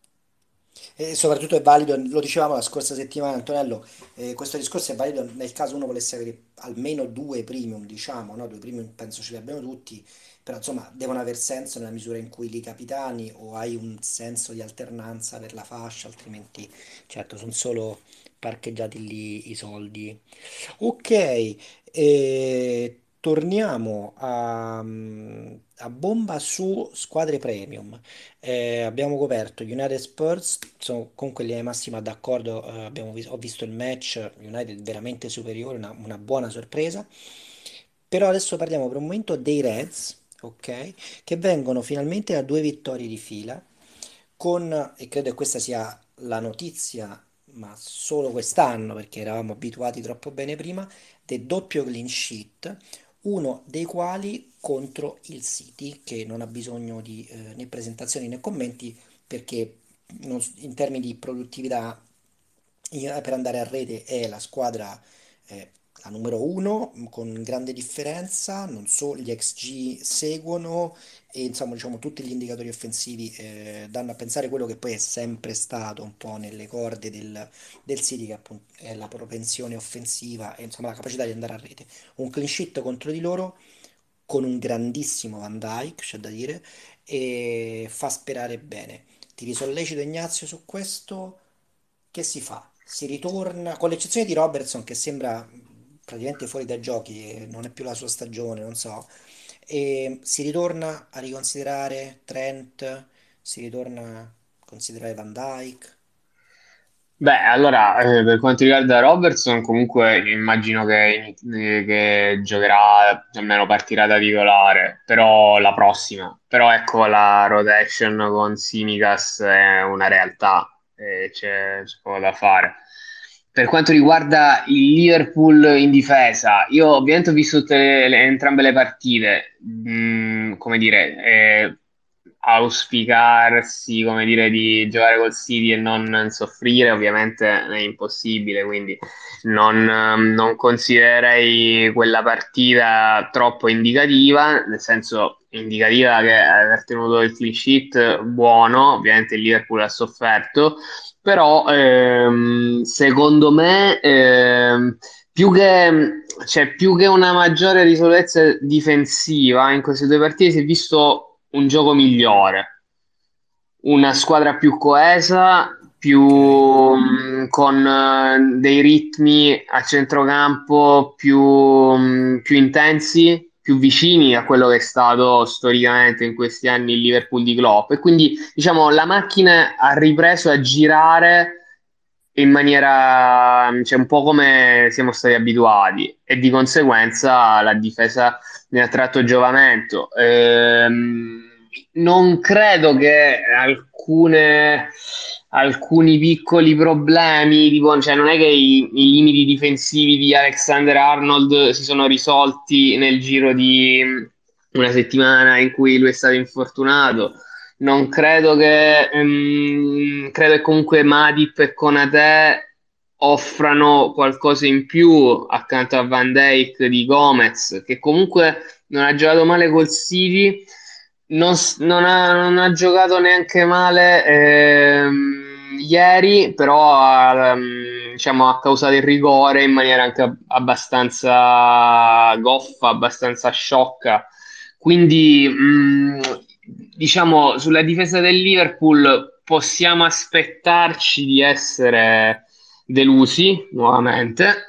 E soprattutto è valido, lo dicevamo la scorsa settimana, Antonello, eh, questo discorso è valido nel caso uno volesse avere almeno due premium, diciamo, no? Due premium penso ce li abbiano tutti, però insomma devono aver senso nella misura in cui li capitani o hai un senso di alternanza per la fascia, altrimenti certo sono solo parcheggiati lì i soldi. Ok, eh, torniamo a, a bomba su squadre premium. Eh, abbiamo coperto United Spurs, sono comunque in linea di massima d'accordo, eh, abbiamo vis- ho visto il match, United veramente superiore, una, una buona sorpresa. Però adesso parliamo per un momento dei Reds, ok? Che vengono finalmente a due vittorie di fila, con, e credo che questa sia la notizia, ma solo quest'anno, perché eravamo abituati troppo bene prima, del doppio clean sheet, uno dei quali contro il City, che non ha bisogno di eh, né presentazioni né commenti, perché non s- in termini di produttività i- per andare a rete è la squadra eh, la numero uno, mh, con grande differenza, non solo gli X G seguono e insomma diciamo tutti gli indicatori offensivi eh, danno a pensare quello che poi è sempre stato un po' nelle corde del, del City, che appunto è la propensione offensiva e insomma la capacità di andare a rete. Un clean sheet contro di loro con un grandissimo Van Dijk, c'è da dire, e fa sperare bene. Ti risollecito Ignazio su questo, che si fa? Si ritorna, con l'eccezione di Robertson che sembra praticamente fuori dai giochi, e non è più la sua stagione, non so, e si ritorna a riconsiderare Trent, si ritorna a considerare Van Dijk. Beh, allora, eh, per quanto riguarda Robertson, comunque immagino che, eh, che giocherà, almeno partirà da titolare, però la prossima. Però ecco, la rotation con Simicas è una realtà, e c'è c'è poco da fare. Per quanto riguarda il Liverpool in difesa, io ovviamente ho visto tutte le- le- entrambe le partite. Mm, come dire, eh, auspicarsi, come dire, di giocare col City e non soffrire, ovviamente è impossibile, quindi non, ehm, non considererei quella partita troppo indicativa, nel senso indicativa che aver tenuto il clean sheet buono, ovviamente il Liverpool ha sofferto, però ehm, secondo me ehm, più che, cioè, più che una maggiore risolutezza difensiva in queste due partite si è visto un gioco migliore, una squadra più coesa, più Ok. mh, con eh, dei ritmi a centrocampo più, mh, più intensi, più vicini a quello che è stato storicamente in questi anni il Liverpool di Klopp. E quindi, diciamo, la macchina ha ripreso a girare in maniera, cioè, un po' come siamo stati abituati, e di conseguenza la difesa ne ha tratto giovamento. Ehm, non credo che alcune, alcuni piccoli problemi, tipo, cioè non è che i, i limiti difensivi di Alexander Arnold si sono risolti nel giro di una settimana in cui lui è stato infortunato. Non credo che, ehm, credo che comunque Matip e Konate offrano qualcosa in più accanto a Van Dijk di Gomez, che comunque non ha giocato male col City, non, s- non ha, non ha giocato neanche male ehm, ieri, però ha, ehm, diciamo, ha causato il rigore in maniera anche ab- abbastanza goffa, abbastanza sciocca. Quindi, mh, diciamo, sulla difesa del Liverpool possiamo aspettarci di essere delusi nuovamente,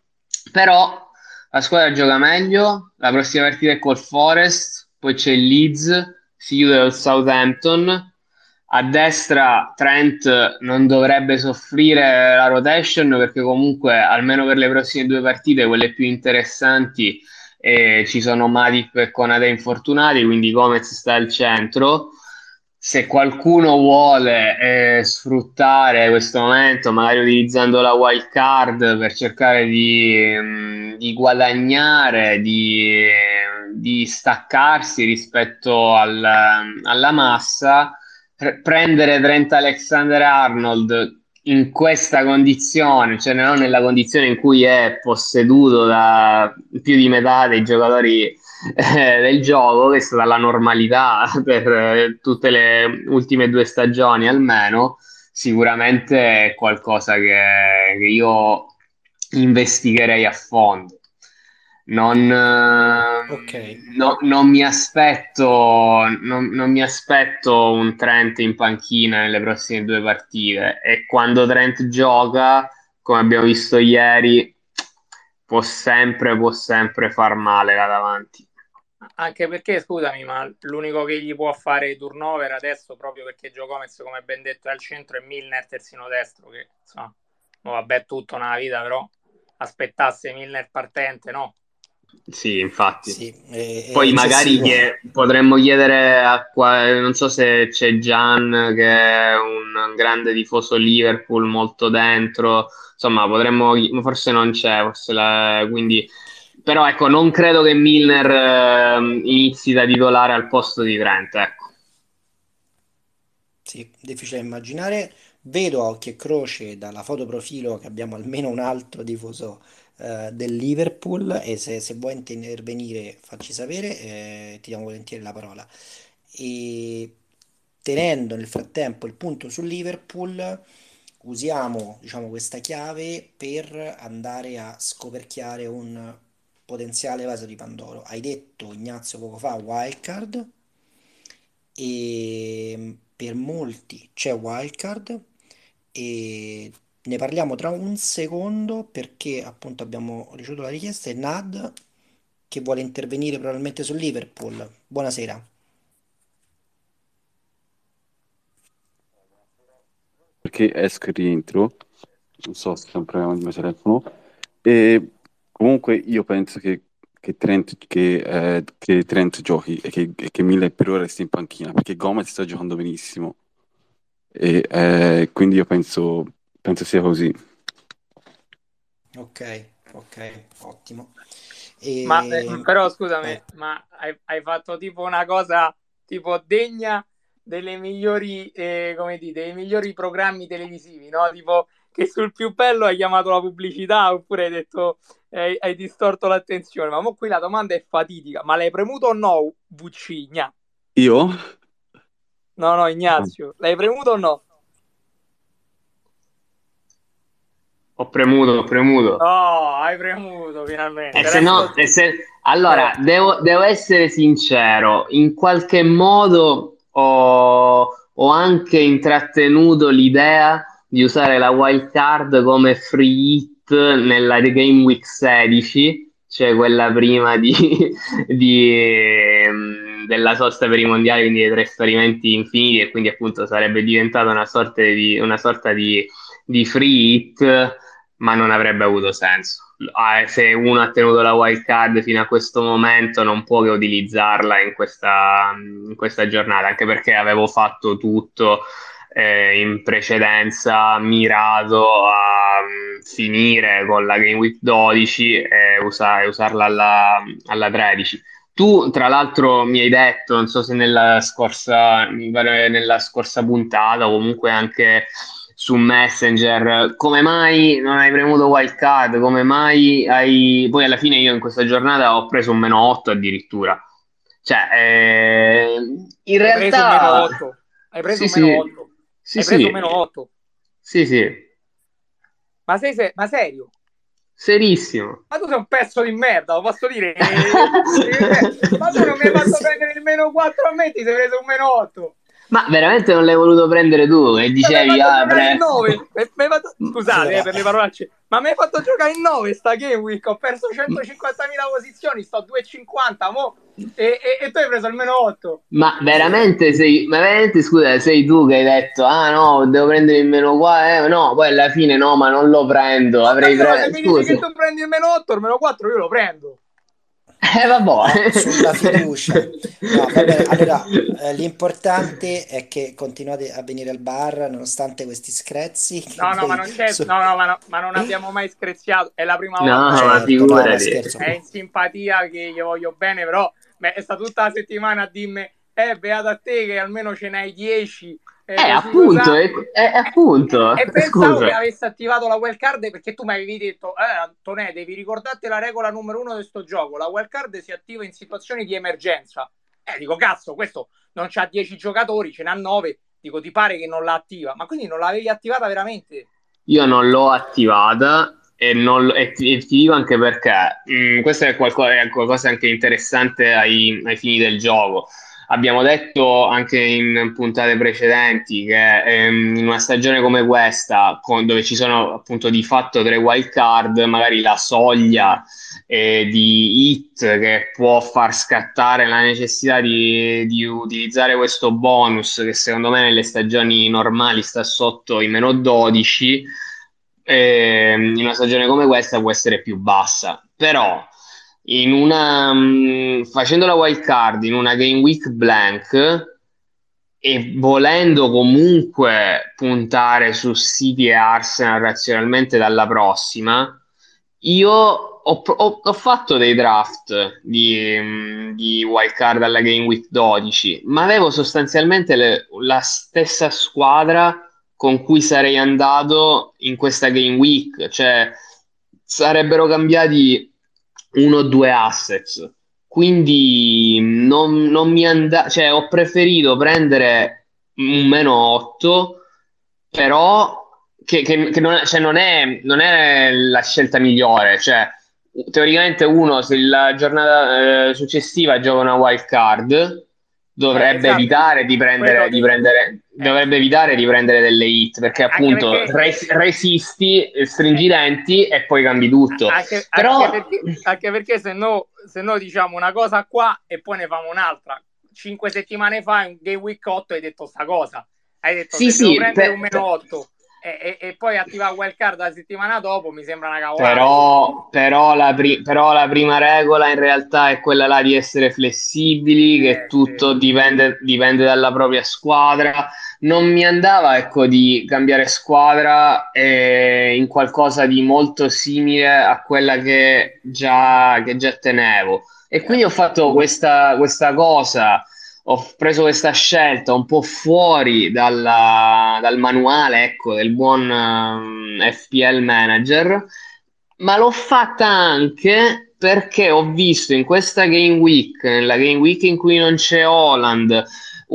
però la squadra gioca meglio, la prossima partita è col Forest, poi c'è il Leeds, si chiude col Southampton. A destra Trent non dovrebbe soffrire la rotation perché comunque almeno per le prossime due partite, quelle più interessanti, eh, ci sono Matip e Konate infortunati, quindi Gomez sta al centro. Se qualcuno vuole eh, sfruttare questo momento, magari utilizzando la wild card per cercare di, mh, di guadagnare, di, di staccarsi rispetto al- alla massa, pre- prendere Trent Alexander-Arnold in questa condizione, cioè non nella condizione in cui è posseduto da più di metà dei giocatori eh, del gioco, che è stata la normalità per eh, tutte le ultime due stagioni almeno, sicuramente è qualcosa che, che io investigherei a fondo. Non, Ok. ehm, no- non mi aspetto, non, non mi aspetto un Trent in panchina nelle prossime due partite, e quando Trent gioca, come abbiamo visto ieri, può sempre, può sempre far male là davanti. Anche perché, scusami, ma l'unico che gli può fare turnover adesso, proprio perché Gio Gomez, come ben detto, è al centro, è Milner terzino destro, che insomma, mo vabbè, tutto nella vita, però aspettasse Milner partente, no? Sì, infatti. Sì, è, è Poi magari eccessivo. chie- potremmo chiedere a qua, non so se c'è Gian, che è un grande tifoso Liverpool, molto dentro, insomma, potremmo, forse non c'è, forse la- quindi, però ecco, non credo che Milner ehm, inizi da titolare al posto di Trent, ecco. Sì, difficile da immaginare. Vedo a occhio e croce dalla fotoprofilo che abbiamo almeno un altro tifoso eh, del Liverpool e se, se vuoi intervenire facci sapere, eh, ti diamo volentieri la parola. E tenendo nel frattempo il punto sul Liverpool, usiamo, diciamo, questa chiave per andare a scoperchiare un potenziale vaso di Pandoro. Hai detto, Ignazio, poco fa, wildcard e per molti c'è wildcard e ne parliamo tra un secondo perché appunto abbiamo ricevuto la richiesta e Nad che vuole intervenire probabilmente sul Liverpool. Buonasera. Perché esco e rientro, non so se è un problema di mio telefono, e comunque io penso che, che Trent, che, eh, che Trent giochi e che, e che Miller per ora resti in panchina, perché Gomez sta giocando benissimo, e eh, quindi io penso, penso sia così. Ok, ok, ottimo. Ma eh, E però vai. scusami, ma hai, hai fatto tipo una cosa tipo degna delle migliori, eh, come dite, dei migliori programmi televisivi, no? Tipo che sul più bello hai chiamato la pubblicità oppure hai detto hai, hai distorto l'attenzione. Ma mo qui la domanda è fatidica. Ma l'hai premuto o no, Vuccigna? Io? No, no, Ignazio, l'hai premuto o no? Ho premuto, ho premuto. Oh, hai premuto finalmente. E se Adesso no, e se... eh, Allora, devo, devo essere sincero, in qualche modo ho, ho anche intrattenuto l'idea di usare la wild card come free hit nella Game Week sedici, cioè quella prima di, di, ehm, della sosta per i mondiali, quindi dei tre esperimenti infiniti, e quindi appunto sarebbe diventata una sorta di, una sorta di, di free hit, ma non avrebbe avuto senso. Ah, se uno ha tenuto la wild card fino a questo momento non può che utilizzarla in questa, in questa giornata, anche perché avevo fatto tutto eh, in precedenza mirato a mm, finire con la Game Week dodici e usa- usarla alla, alla tredici. Tu, tra l'altro, mi hai detto, non so se nella scorsa, mi pare nella scorsa puntata o comunque anche su Messenger, come mai non hai premuto wildcard? Come mai hai... Poi alla fine io in questa giornata ho preso un meno otto addirittura. Cioè, eh, in hai preso un meno realtà... otto. Hai preso Sì, un meno sì, otto. sì, Hai preso sì, un meno otto. sì, sì, Ma sei, se- ma serio? serissimo. Ma tu sei un pezzo di merda, lo posso dire? Eh, eh, Ma tu non mi hai fatto prendere il meno quattro a me, ti sei preso un meno otto. Ma veramente non l'hai voluto prendere tu e Ma mi hai dicevi, fatto ah, giocare in pre... nove. Mi hai fatto... Scusate eh, Allora, per le parolacce, ma mi hai fatto giocare in nove sta Game Week. Ho perso centocinquantamila posizioni, sto a due e cinquanta mo, e, e, e tu hai preso il meno otto. Ma allora, veramente sei, ma veramente scusa, sei tu che hai detto, ah no, devo prendere il meno qua, eh, no, poi alla fine no, ma non lo prendo, Ho avrei capito, ma se preso, mi dici che scusa, tu prendi il meno otto, il meno quattro io lo prendo. eh no, sulla vabbè. fiducia. No, va bene. Allora, eh, l'importante è che continuate a venire al bar nonostante questi screzi che No, no, ma voi... non c'è, so- no, no, ma, no, ma non abbiamo mai screziato. È la prima No, volta che ma Certo, no, ma figurati. scherzo. è in simpatia, che gli voglio bene, però beh, è stata tutta la settimana a dirmi, eh, beato a te che almeno ce n'hai dieci, Eh, eh, così lo appunto, sa. è, è- appunto, E pensavo che scusa. avesse attivato la wild card perché tu mi avevi detto, eh, Antonè, devi ricordarti la regola numero uno di sto gioco. La wild card si attiva in situazioni di emergenza. Eh, dico, cazzo, questo non c'ha dieci giocatori, ce n'ha nove. Dico, ti pare che non la attiva? Ma quindi non l'avevi attivata veramente? Io non l'ho attivata e, non, e ti, e ti dico anche perché. Mm, questo è qualcosa, è qualcosa anche interessante ai, ai fini del gioco. Abbiamo detto anche in puntate precedenti che ehm, in una stagione come questa, con- dove ci sono appunto di fatto tre wild card, magari la soglia eh, di hit che può far scattare la necessità di, di utilizzare questo bonus, che secondo me nelle stagioni normali sta sotto i meno dodici, ehm, in una stagione come questa può essere più bassa. Però in una, mh, facendo la wild card in una game week blank e volendo comunque puntare su City e Arsenal razionalmente dalla prossima, io ho, ho- ho fatto dei draft di, mh, di wildcard alla Game Week dodici, ma avevo sostanzialmente le- la stessa squadra con cui sarei andato in questa Game Week, cioè sarebbero cambiati uno o due assets. Quindi non, non mi andava, cioè ho preferito prendere un meno otto, però che, che- che non, cioè, non è, non è la scelta migliore. Cioè, teoricamente uno se la giornata eh, successiva gioca una wild card Eh, dovrebbe esatto. evitare di Quello prendere, di de- prendere, eh, dovrebbe evitare di prendere delle hit, perché eh, anche appunto perché res- resisti, eh, eh, stringi i denti e poi cambi tutto. anche, anche Però perché, anche perché se no, se no diciamo una cosa qua e poi ne famo un'altra. Cinque settimane fa in Game Week otto hai detto sta cosa. Hai detto sì, se devo sì, prendere un per- meno otto e, e, e poi attivare wild card la settimana dopo mi sembra una cavolata. Però, però, la pri- però la prima regola in realtà è quella là di essere flessibili, che Eh, sì. tutto dipende, dipende dalla propria squadra. Non mi andava, ecco, di cambiare squadra eh, in qualcosa di molto simile a quella che già, che già tenevo. E quindi ho Eh, fatto questa, questa cosa. ho preso questa scelta un po' fuori dalla- dal manuale, ecco, del buon ehm, F P L manager, ma l'ho fatta anche perché ho visto in questa game week, nella game week in cui non c'è Holland,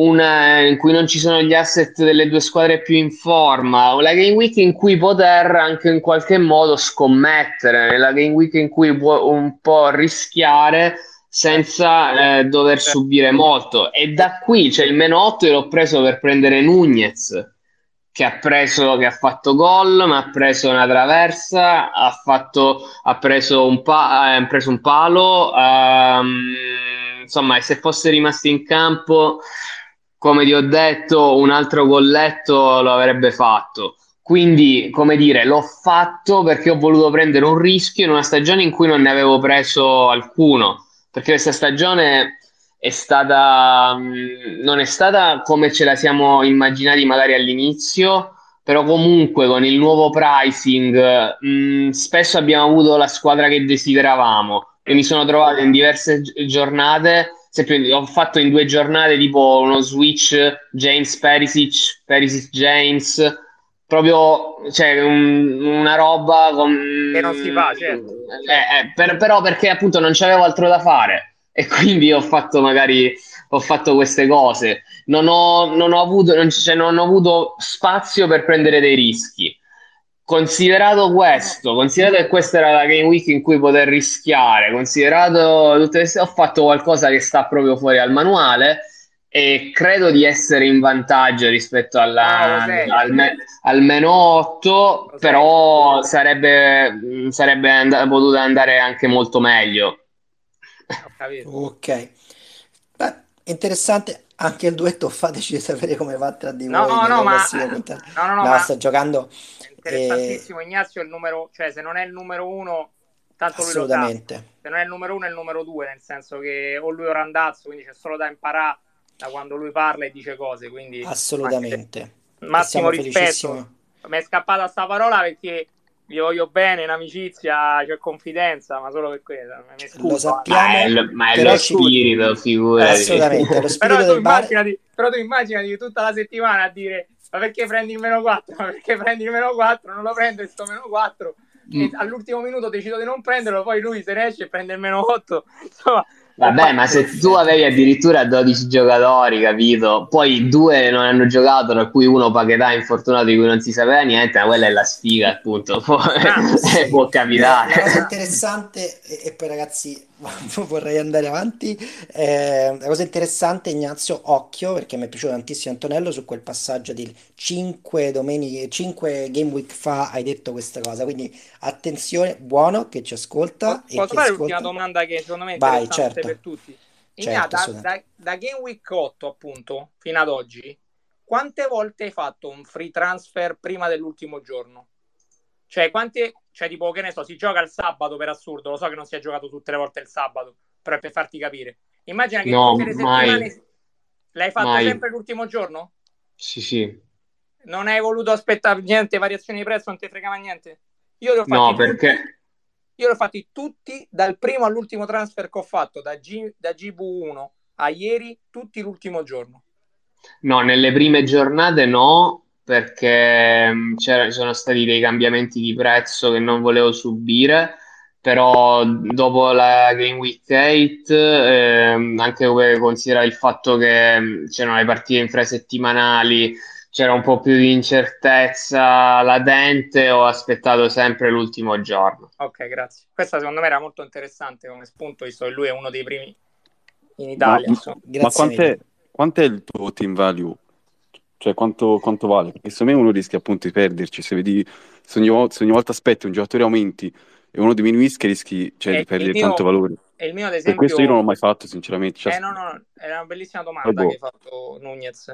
una in cui non ci sono gli asset delle due squadre più in forma, una game week in cui poter anche in qualche modo scommettere, nella game week in cui può un po' rischiare senza eh, dover Certo. subire molto. E da qui c'è il meno otto e l'ho preso per prendere Nunez, che ha preso, che ha fatto gol, ma ha preso una traversa, ha fatto, ha preso un, pa- ha preso un palo, ehm, insomma, e se fosse rimasto in campo, come ti ho detto, un altro golletto lo avrebbe fatto. Quindi, come dire, l'ho fatto perché ho voluto prendere un rischio in una stagione in cui non ne avevo preso alcuno, perché questa stagione è stata, mh, non è stata come ce la siamo immaginati magari all'inizio, però comunque con il nuovo pricing, mh, spesso abbiamo avuto la squadra che desideravamo e mi sono trovato in diverse gi- giornate. Per esempio, ho fatto in due giornate tipo uno switch James Perisic, Perisic James, proprio cioè, un- una roba con... Che non si fa, certo, certo. eh, eh, per- però perché appunto non c'avevo altro da fare e quindi ho fatto magari ho fatto queste cose. Non ho, non ho avuto, non, cioè, non ho avuto spazio per prendere dei rischi. Considerato No, no. questo, considerato che questa era la game week in cui poter rischiare, considerato tutte queste, ho fatto qualcosa che sta proprio fuori dal manuale e credo di essere in vantaggio rispetto No, no, lo alla- sei, al, me- al meno otto, lo sei. però sarebbe, mh, sarebbe and- potuto andare anche molto meglio. Ho capito. Ok. Beh, interessante anche il duetto. Fateci sapere come va tra di No, voi no, nelle ma prossime puntate. no, no, no, No, ma sto giocando. è E... interessantissimo. Ignazio è il numero, cioè se non è il numero uno, tanto lui lo sa. Assolutamente. Se non è il numero uno è il numero due, nel senso che o lui è un randazzo, quindi c'è solo da imparare da quando lui parla e dice cose, quindi ma- Assolutamente. E massimo siamo rispetto. felicissimi. Mi è scappata sta parola perché gli voglio bene, in amicizia, c'è confidenza, ma solo per quello. Mi Lo scuso anche. Ma è, sappiamo, lo, ma è lo però ci... spirito, Eh, figurati. Assolutamente, lo però spirito tu del bar. immaginati, però tu immaginati tutta la settimana a dire ma perché prendi il meno quattro? Ma perché prendi il meno quattro? Non lo prendo sto meno quattro e Mm. all'ultimo minuto decido di non prenderlo, poi lui se ne esce e prende il meno otto. Insomma, ho Vabbè, fatto ma se tu Perfetto. avevi addirittura dodici giocatori, capito? Poi due non hanno giocato, tra cui uno Paquetà infortunato di cui non si sapeva niente, ma quella è la sfiga, appunto. Può, impressionante. Sì, può eh, la cosa Impressionante. capitare. interessante, e, e poi ragazzi vorrei andare avanti, eh, la cosa interessante Ignazio, occhio, perché mi è piaciuto tantissimo Antonello su quel passaggio di cinque domeniche, cinque game week fa hai detto questa cosa, quindi attenzione, buono che ci Po- ascolta e Posso chi fare l'ultima ascolta, domanda che secondo me è vai, interessante certo, per tutti? Igna, certo, da, assolutamente. da, da Game Week otto, appunto, fino ad oggi, quante volte hai fatto un free transfer prima dell'ultimo giorno? Cioè, quante, cioè, tipo, che ne so, si gioca il sabato per assurdo, lo so che non si è giocato tutte le volte il sabato, però è per farti capire. Immagina che No, tutte le mai, settimane l'hai fatto mai. sempre l'ultimo giorno? Sì, sì. Non hai voluto aspettare niente, variazioni di prezzo, non ti fregava niente? Io li ho No, fatti tutti, perché... io li ho fatti tutti dal primo all'ultimo transfer che ho fatto, da, G, da G V uno a ieri, tutti l'ultimo giorno. No, nelle prime giornate no, perché mh, c'era- ci sono stati dei cambiamenti di prezzo che non volevo subire, però dopo la Game Week otto, ehm, anche come considera il fatto che mh, c'erano le partite infrasettimanali, c'era un po' più di incertezza latente, ho aspettato sempre l'ultimo giorno. Ok, grazie. Questa secondo me era molto interessante come spunto, visto che lui è uno dei primi in Ma, Italia, insomma. ma Grazie mille. quant'è, quant'è il tuo team value? Cioè, quanto, quanto vale? Perché secondo me uno rischia appunto di perderci. Se vedi, se ogni, vol- se ogni volta aspetti un giocatore aumenti e uno diminuisca, rischi, cioè, di E il perdere tanto mio, valore. e il mio ad Per questo io non esempio, l'ho mai fatto, sinceramente. Cioè, eh no, no, era una bellissima poi domanda che boh. hai fatto, Nunez.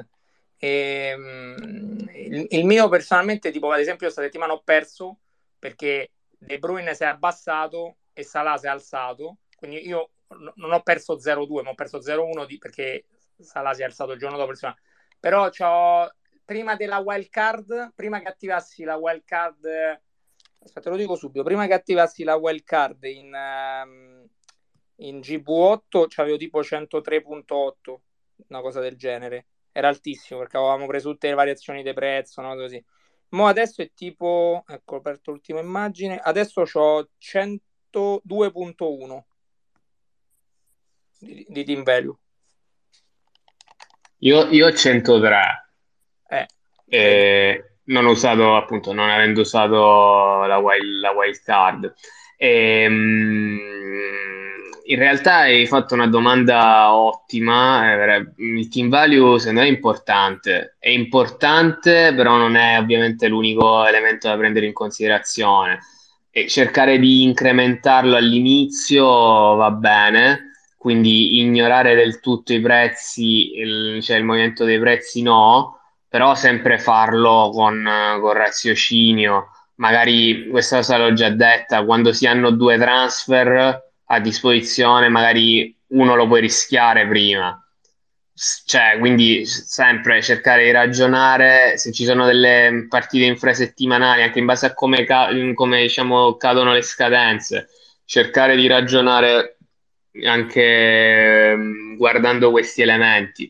Ehm, il, il mio personalmente, tipo ad esempio questa settimana ho perso perché De Bruyne si è abbassato e Salah si è alzato, quindi io n- non ho perso zero due, ma ho perso zero uno di- perché Salah si è alzato il giorno dopo il suo- però c'ho, prima della wild card, prima che attivassi la wild card, aspetta, te lo dico subito, prima che attivassi la wild card in, ehm, in G V otto c'avevo tipo centotre virgola otto, una cosa del genere. Era altissimo perché avevamo preso tutte le variazioni di prezzo, no? Così. Mo adesso è tipo, ecco, ho aperto l'ultima immagine, adesso ho centodue virgola uno di, di team value. Io, io ho centotré. Eh, vedi. E non ho usato, appunto, non avendo usato la wild, la wild card. Ehm, in realtà hai fatto una domanda ottima. eh, Il team value secondo me è importante. È importante, però non è ovviamente l'unico elemento da prendere in considerazione. E cercare di incrementarlo all'inizio va bene, quindi ignorare del tutto i prezzi, il- cioè il movimento dei prezzi no, però sempre farlo con, eh, con raziocinio. Magari questa cosa l'ho già detta, quando si hanno due transfer a disposizione, magari uno lo puoi rischiare prima. S- Cioè, quindi s- sempre cercare di ragionare se ci sono delle partite infrasettimanali, anche in base a come, ca- come, diciamo, cadono le scadenze, cercare di ragionare anche ehm, guardando questi elementi.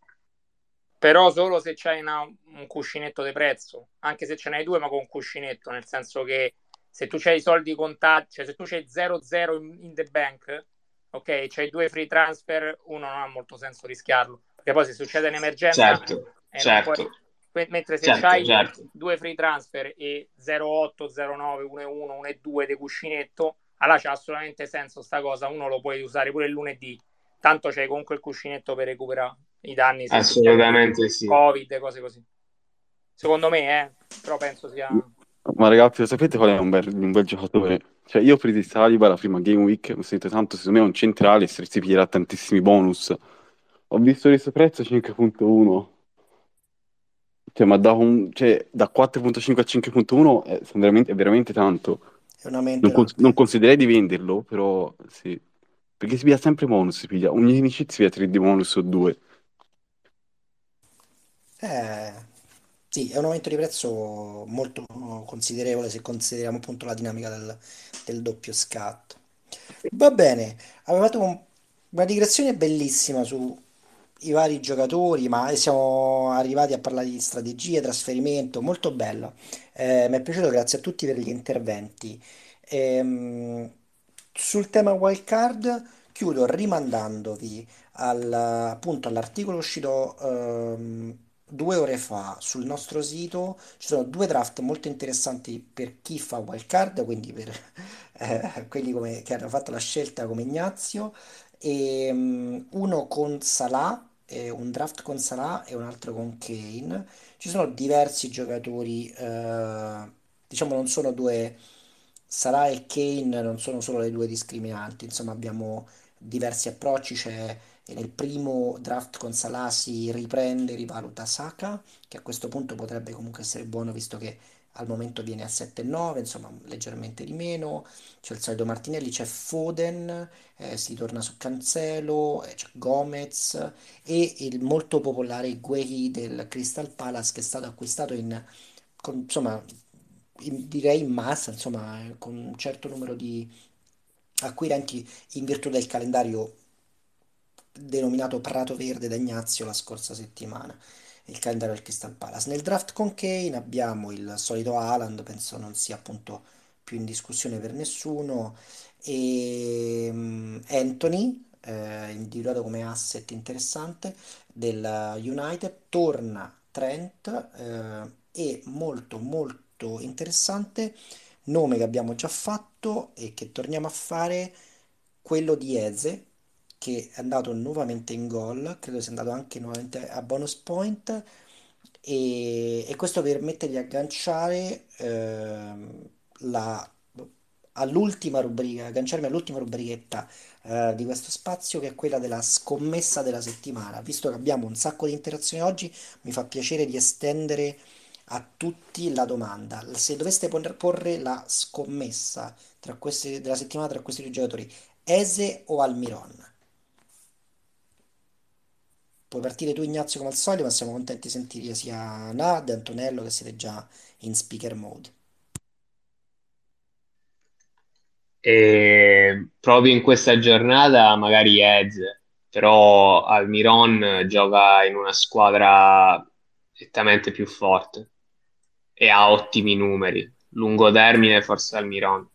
Però solo se c'hai una- un cuscinetto di prezzo, anche se ce n'hai due, ma con un cuscinetto, nel senso che se tu c'hai i soldi contati, cioè se tu c'hai zero zero in, in the bank, ok, c'hai due free transfer, uno non ha molto senso rischiarlo, perché poi se succede un'emergenza Certo, e non puoi, certo, mentre se certo, c'hai certo. due free transfer e zero virgola otto, zero virgola nove, uno virgola uno, uno virgola due di cuscinetto, allora c'ha assolutamente senso sta cosa, uno lo puoi usare pure il lunedì, tanto c'hai comunque il cuscinetto per recuperare i danni se succede Assolutamente sì. Covid e cose così. Secondo me, eh, però penso sia... Ma ragazzi, lo sapete qual è un bel, un bel giocatore? Cioè, io ho preso Saliba la prima game week, mi sono detto tanto, secondo me è un centrale, se si piglierà tantissimi bonus. Ho visto il suo prezzo cinque virgola uno, cioè, ma da, un- cioè, da quattro virgola cinque a cinque virgola uno è, sono veramente, è veramente tanto. È un aumento Non, dal cons- non prezzo. considererei di venderlo, però sì. Perché si piglia sempre bonus, si piglia. Ogni amicizia si piglia tre di bonus o due. Eh, sì, è un aumento di prezzo molto considerevole se consideriamo appunto la dinamica del, del doppio scatto. Va bene, abbiamo fatto un- una digressione bellissima sui vari giocatori, ma siamo arrivati a parlare di strategie, trasferimento, molto bella. Eh, mi è piaciuto, grazie a tutti per gli interventi. Ehm, sul tema wildcard chiudo rimandandovi al- appunto all'articolo uscito ehm, due ore fa sul nostro sito. Ci sono due draft molto interessanti per chi fa wildcard, quindi per eh, quelli come- che hanno fatto la scelta come Ignazio, e mm, uno con Salah, eh, un draft con Salah e un altro con Kane. Ci sono diversi giocatori, eh, diciamo non sono due, Salah e Kane non sono solo le due discriminanti, insomma abbiamo diversi approcci. C'è e nel primo draft con Salah si riprende, rivaluta Saka, che a questo punto potrebbe comunque essere buono visto che al momento viene a sette virgola nove, insomma leggermente di meno. C'è il solito Martinelli, c'è Foden, eh, si torna su Cancelo, eh, c'è Gomez e il molto popolare Guehi del Crystal Palace che è stato acquistato in, con, insomma, in- direi in massa, insomma, eh, con un certo numero di acquirenti in virtù del calendario denominato Prato Verde da Ignazio la scorsa settimana, il calendario del Crystal Palace. Nel draft con Kane abbiamo il solito Haaland, penso non sia appunto più in discussione per nessuno, e mm, Anthony, eh, individuato come asset interessante del United, torna Trent, eh, e molto molto interessante, nome che abbiamo già fatto e che torniamo a fare, quello di Eze, che è andato nuovamente in gol, credo sia andato anche nuovamente a bonus point, e, e questo permette di agganciare ehm, la, all'ultima rubrica, agganciarmi all'ultima rubrichetta eh, di questo spazio, che è quella della scommessa della settimana. Visto che abbiamo un sacco di interazioni oggi, mi fa piacere di estendere a tutti la domanda. Se doveste pon- porre la scommessa tra questi, della settimana tra questi due giocatori, Eze o Almiron? Puoi partire tu Ignazio come al solito, ma siamo contenti di sentire sia Nad e Antonello che siete già in speaker mode. E proprio in questa giornata magari Edge, però Almiron gioca in una squadra nettamente più forte e ha ottimi numeri. Lungo termine, forse Almiron.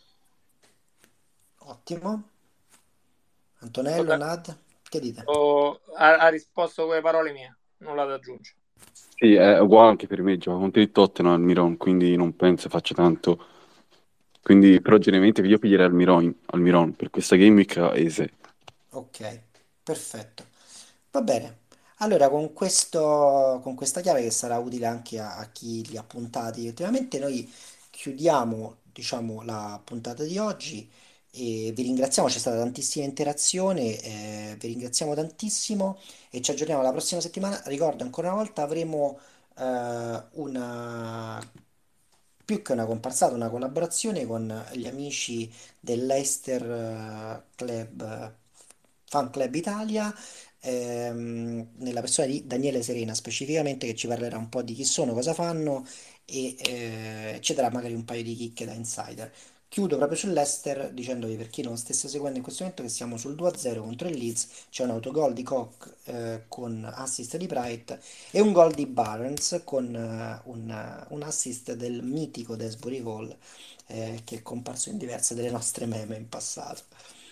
Ottimo. Antonello, Vabbè, Nad, che dite? ho- ha, ha risposto con le parole mie, nulla da aggiungere. Sì, è uguale anche per me, gioca contro il Tottenham al Miron, quindi non penso faccia tanto. Quindi, però generalmente io piglierei al Miron, al Miron per questa game week a Ese. Ok, perfetto. Va bene. Allora, con questo, con questa chiave che sarà utile anche a, a chi li ha puntati ultimamente, noi chiudiamo, diciamo, la puntata di oggi e vi ringraziamo, c'è stata tantissima interazione, eh, vi ringraziamo tantissimo e ci aggiorniamo la prossima settimana. Ricordo ancora una volta avremo eh, una più che una comparsata, una collaborazione con gli amici dell'Eister eh, Club, eh, Fan Club Italia, ehm, nella persona di Daniele Serena specificamente, che ci parlerà un po' di chi sono, cosa fanno e eh, ci darà magari un paio di chicche da insider. Chiudo proprio sull'Ester dicendovi, per chi non stesse seguendo in questo momento, che siamo sul due a zero contro il Leeds, c'è un autogol di Koch eh, con assist di Bright e un gol di Barnes con eh, un, un assist del mitico Desbury Hall, eh, che è comparso in diverse delle nostre meme in passato.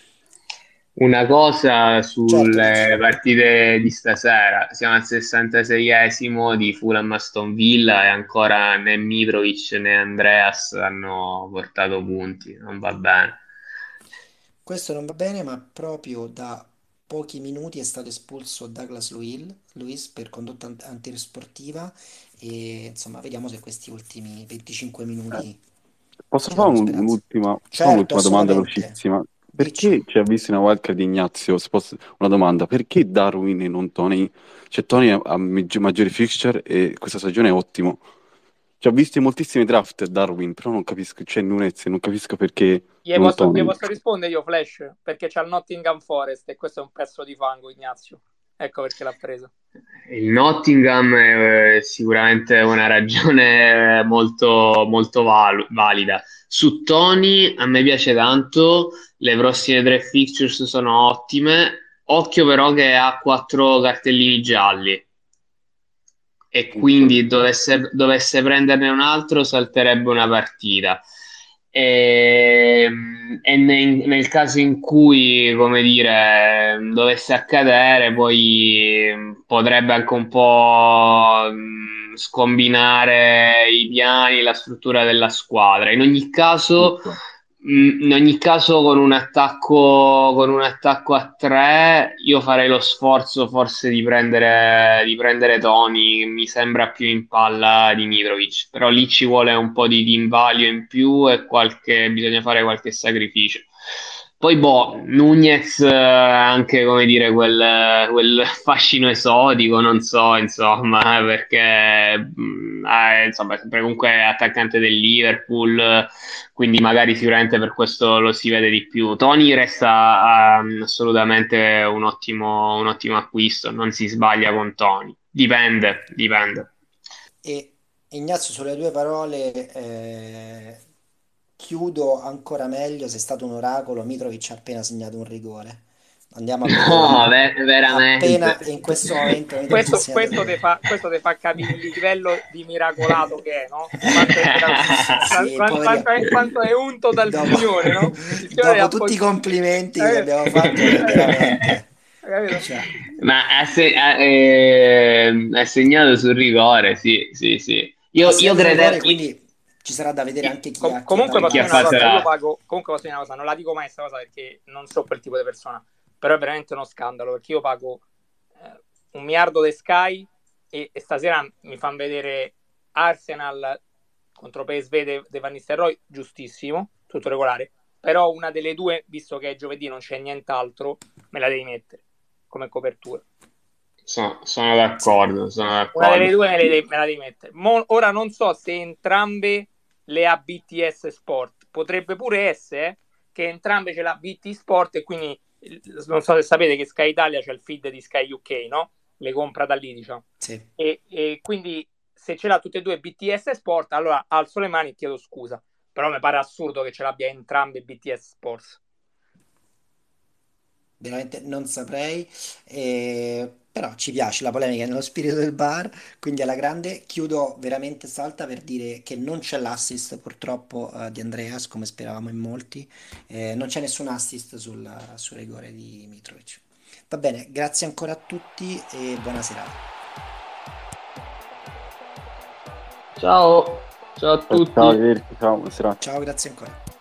Una cosa Certo, sulle dici. partite di stasera, siamo al sessantaseiesimo di Fulham Aston Villa e ancora né Mitrovic né Andreas hanno portato punti, non va bene. Questo non va bene, ma proprio da pochi minuti è stato espulso Douglas Luiz, Luiz per condotta ant- antisportiva e insomma vediamo se questi ultimi venticinque Eh, minuti Posso ci fare danno un- speranza. un'ultima posso fare Certo, un'ultima domanda assolutamente. velocissima? Dici. Perché ci ha visto una wildcard di Ignazio? Se posso- Una domanda, perché Darwin e non Tony? Cioè Tony ha ha maggi- maggiori fixture e questa stagione è ottimo. Ci ha visto in moltissimi draft Darwin, però non capisco, c'è Nunez, e non capisco perché Gli non posso, gli Tony. posso rispondere io, Flash, perché c'ha il Nottingham Forest e questo è un pezzo di fango, Ignazio. Ecco perché l'ha preso. Il Nottingham è eh, sicuramente una ragione molto, molto val- valida. Su Tony, a me piace tanto, le prossime tre fixtures sono ottime. Occhio però che ha quattro cartellini gialli e quindi dovesse, dovesse prenderne un altro salterebbe una partita. E, e ne- nel caso in cui, come dire, dovesse accadere, poi potrebbe anche un po' mh, scombinare i piani, la struttura della squadra. In ogni caso, Giusto. mh, in ogni caso con un attacco, con un attacco a tre, io farei lo sforzo forse di prendere, di prendere Tony, mi sembra più in palla di Mitrovic, però lì ci vuole un po' di team value in più e qualche, bisogna fare qualche sacrificio. Poi, boh, Nunez, eh, anche come dire, quel, quel fascino esotico, non so, insomma, eh, perché mh, eh, insomma, è sempre comunque attaccante del Liverpool, eh, quindi magari sicuramente per questo lo si vede di più. Tony resta ehm, assolutamente un ottimo, un ottimo acquisto, non si sbaglia con Tony. Dipende, dipende. E Ignazio, sulle due parole, eh, chiudo ancora meglio, sei stato un oracolo, Mitrovic ha appena segnato un rigore. Andiamo a vedere. No, ver- veramente. Appena in questo momento Mitrovic ha Questo, segnato un questo ti rigore. fa, questo ti fa capire il livello di miracolato che è, no? Quanto è, mirac- Sì, quan- poverino. quanto è, quanto è unto dal Dopo, Signore, no? Il Signore dopo ha tutti i poi... complimenti che gli Eh, abbiamo fatto, che eh, veramente. hai capito? Cioè, Ma ha, se- ha- eh, ha segnato sul rigore, sì, sì, sì. ha Io, io segnato sul credevo... rigore, quindi ci sarà da vedere anche chi Com- ha, chi è comunque posso Chi ha dire una Vallas. fatto cosa, io la... pago, comunque posso dire una cosa, non la dico mai questa cosa perché non so quel tipo di persona, però è veramente uno scandalo perché io pago eh, un miliardo di Sky e, e stasera mi fanno vedere Arsenal contro P S V de, de Van Nistelrooy, giustissimo, tutto regolare, però una delle due, visto che è giovedì non c'è nient'altro, me la devi mettere come copertura. So- sono Sì. d'accordo, sono Una delle d'accordo. due me, le- me la devi mettere. Mo- ora non so se entrambe le ha B T S Sport. Potrebbe pure essere eh, che entrambe ce l'ha B T Sport e quindi il- non so se sapete che Sky Italia c'è il feed di Sky U K, no? Le compra da lì, diciamo. Sì. E, e quindi se ce l'ha tutte e due B T S Sport, allora alzo le mani e chiedo scusa. Però mi pare assurdo che ce l'abbia entrambe B T S Sports. veramente non saprei, eh, però ci piace la polemica è nello spirito del bar, quindi alla grande chiudo veramente salta per dire che non c'è l'assist purtroppo eh, di Andreas, come speravamo in molti. Eh, non c'è nessun assist sul, sul rigore di Mitrovic. Va bene, grazie ancora a tutti e buona serata. Ciao, ciao a Ciao, ciao, tutti. arrivederci, ciao, buona serata. Ciao, grazie ancora.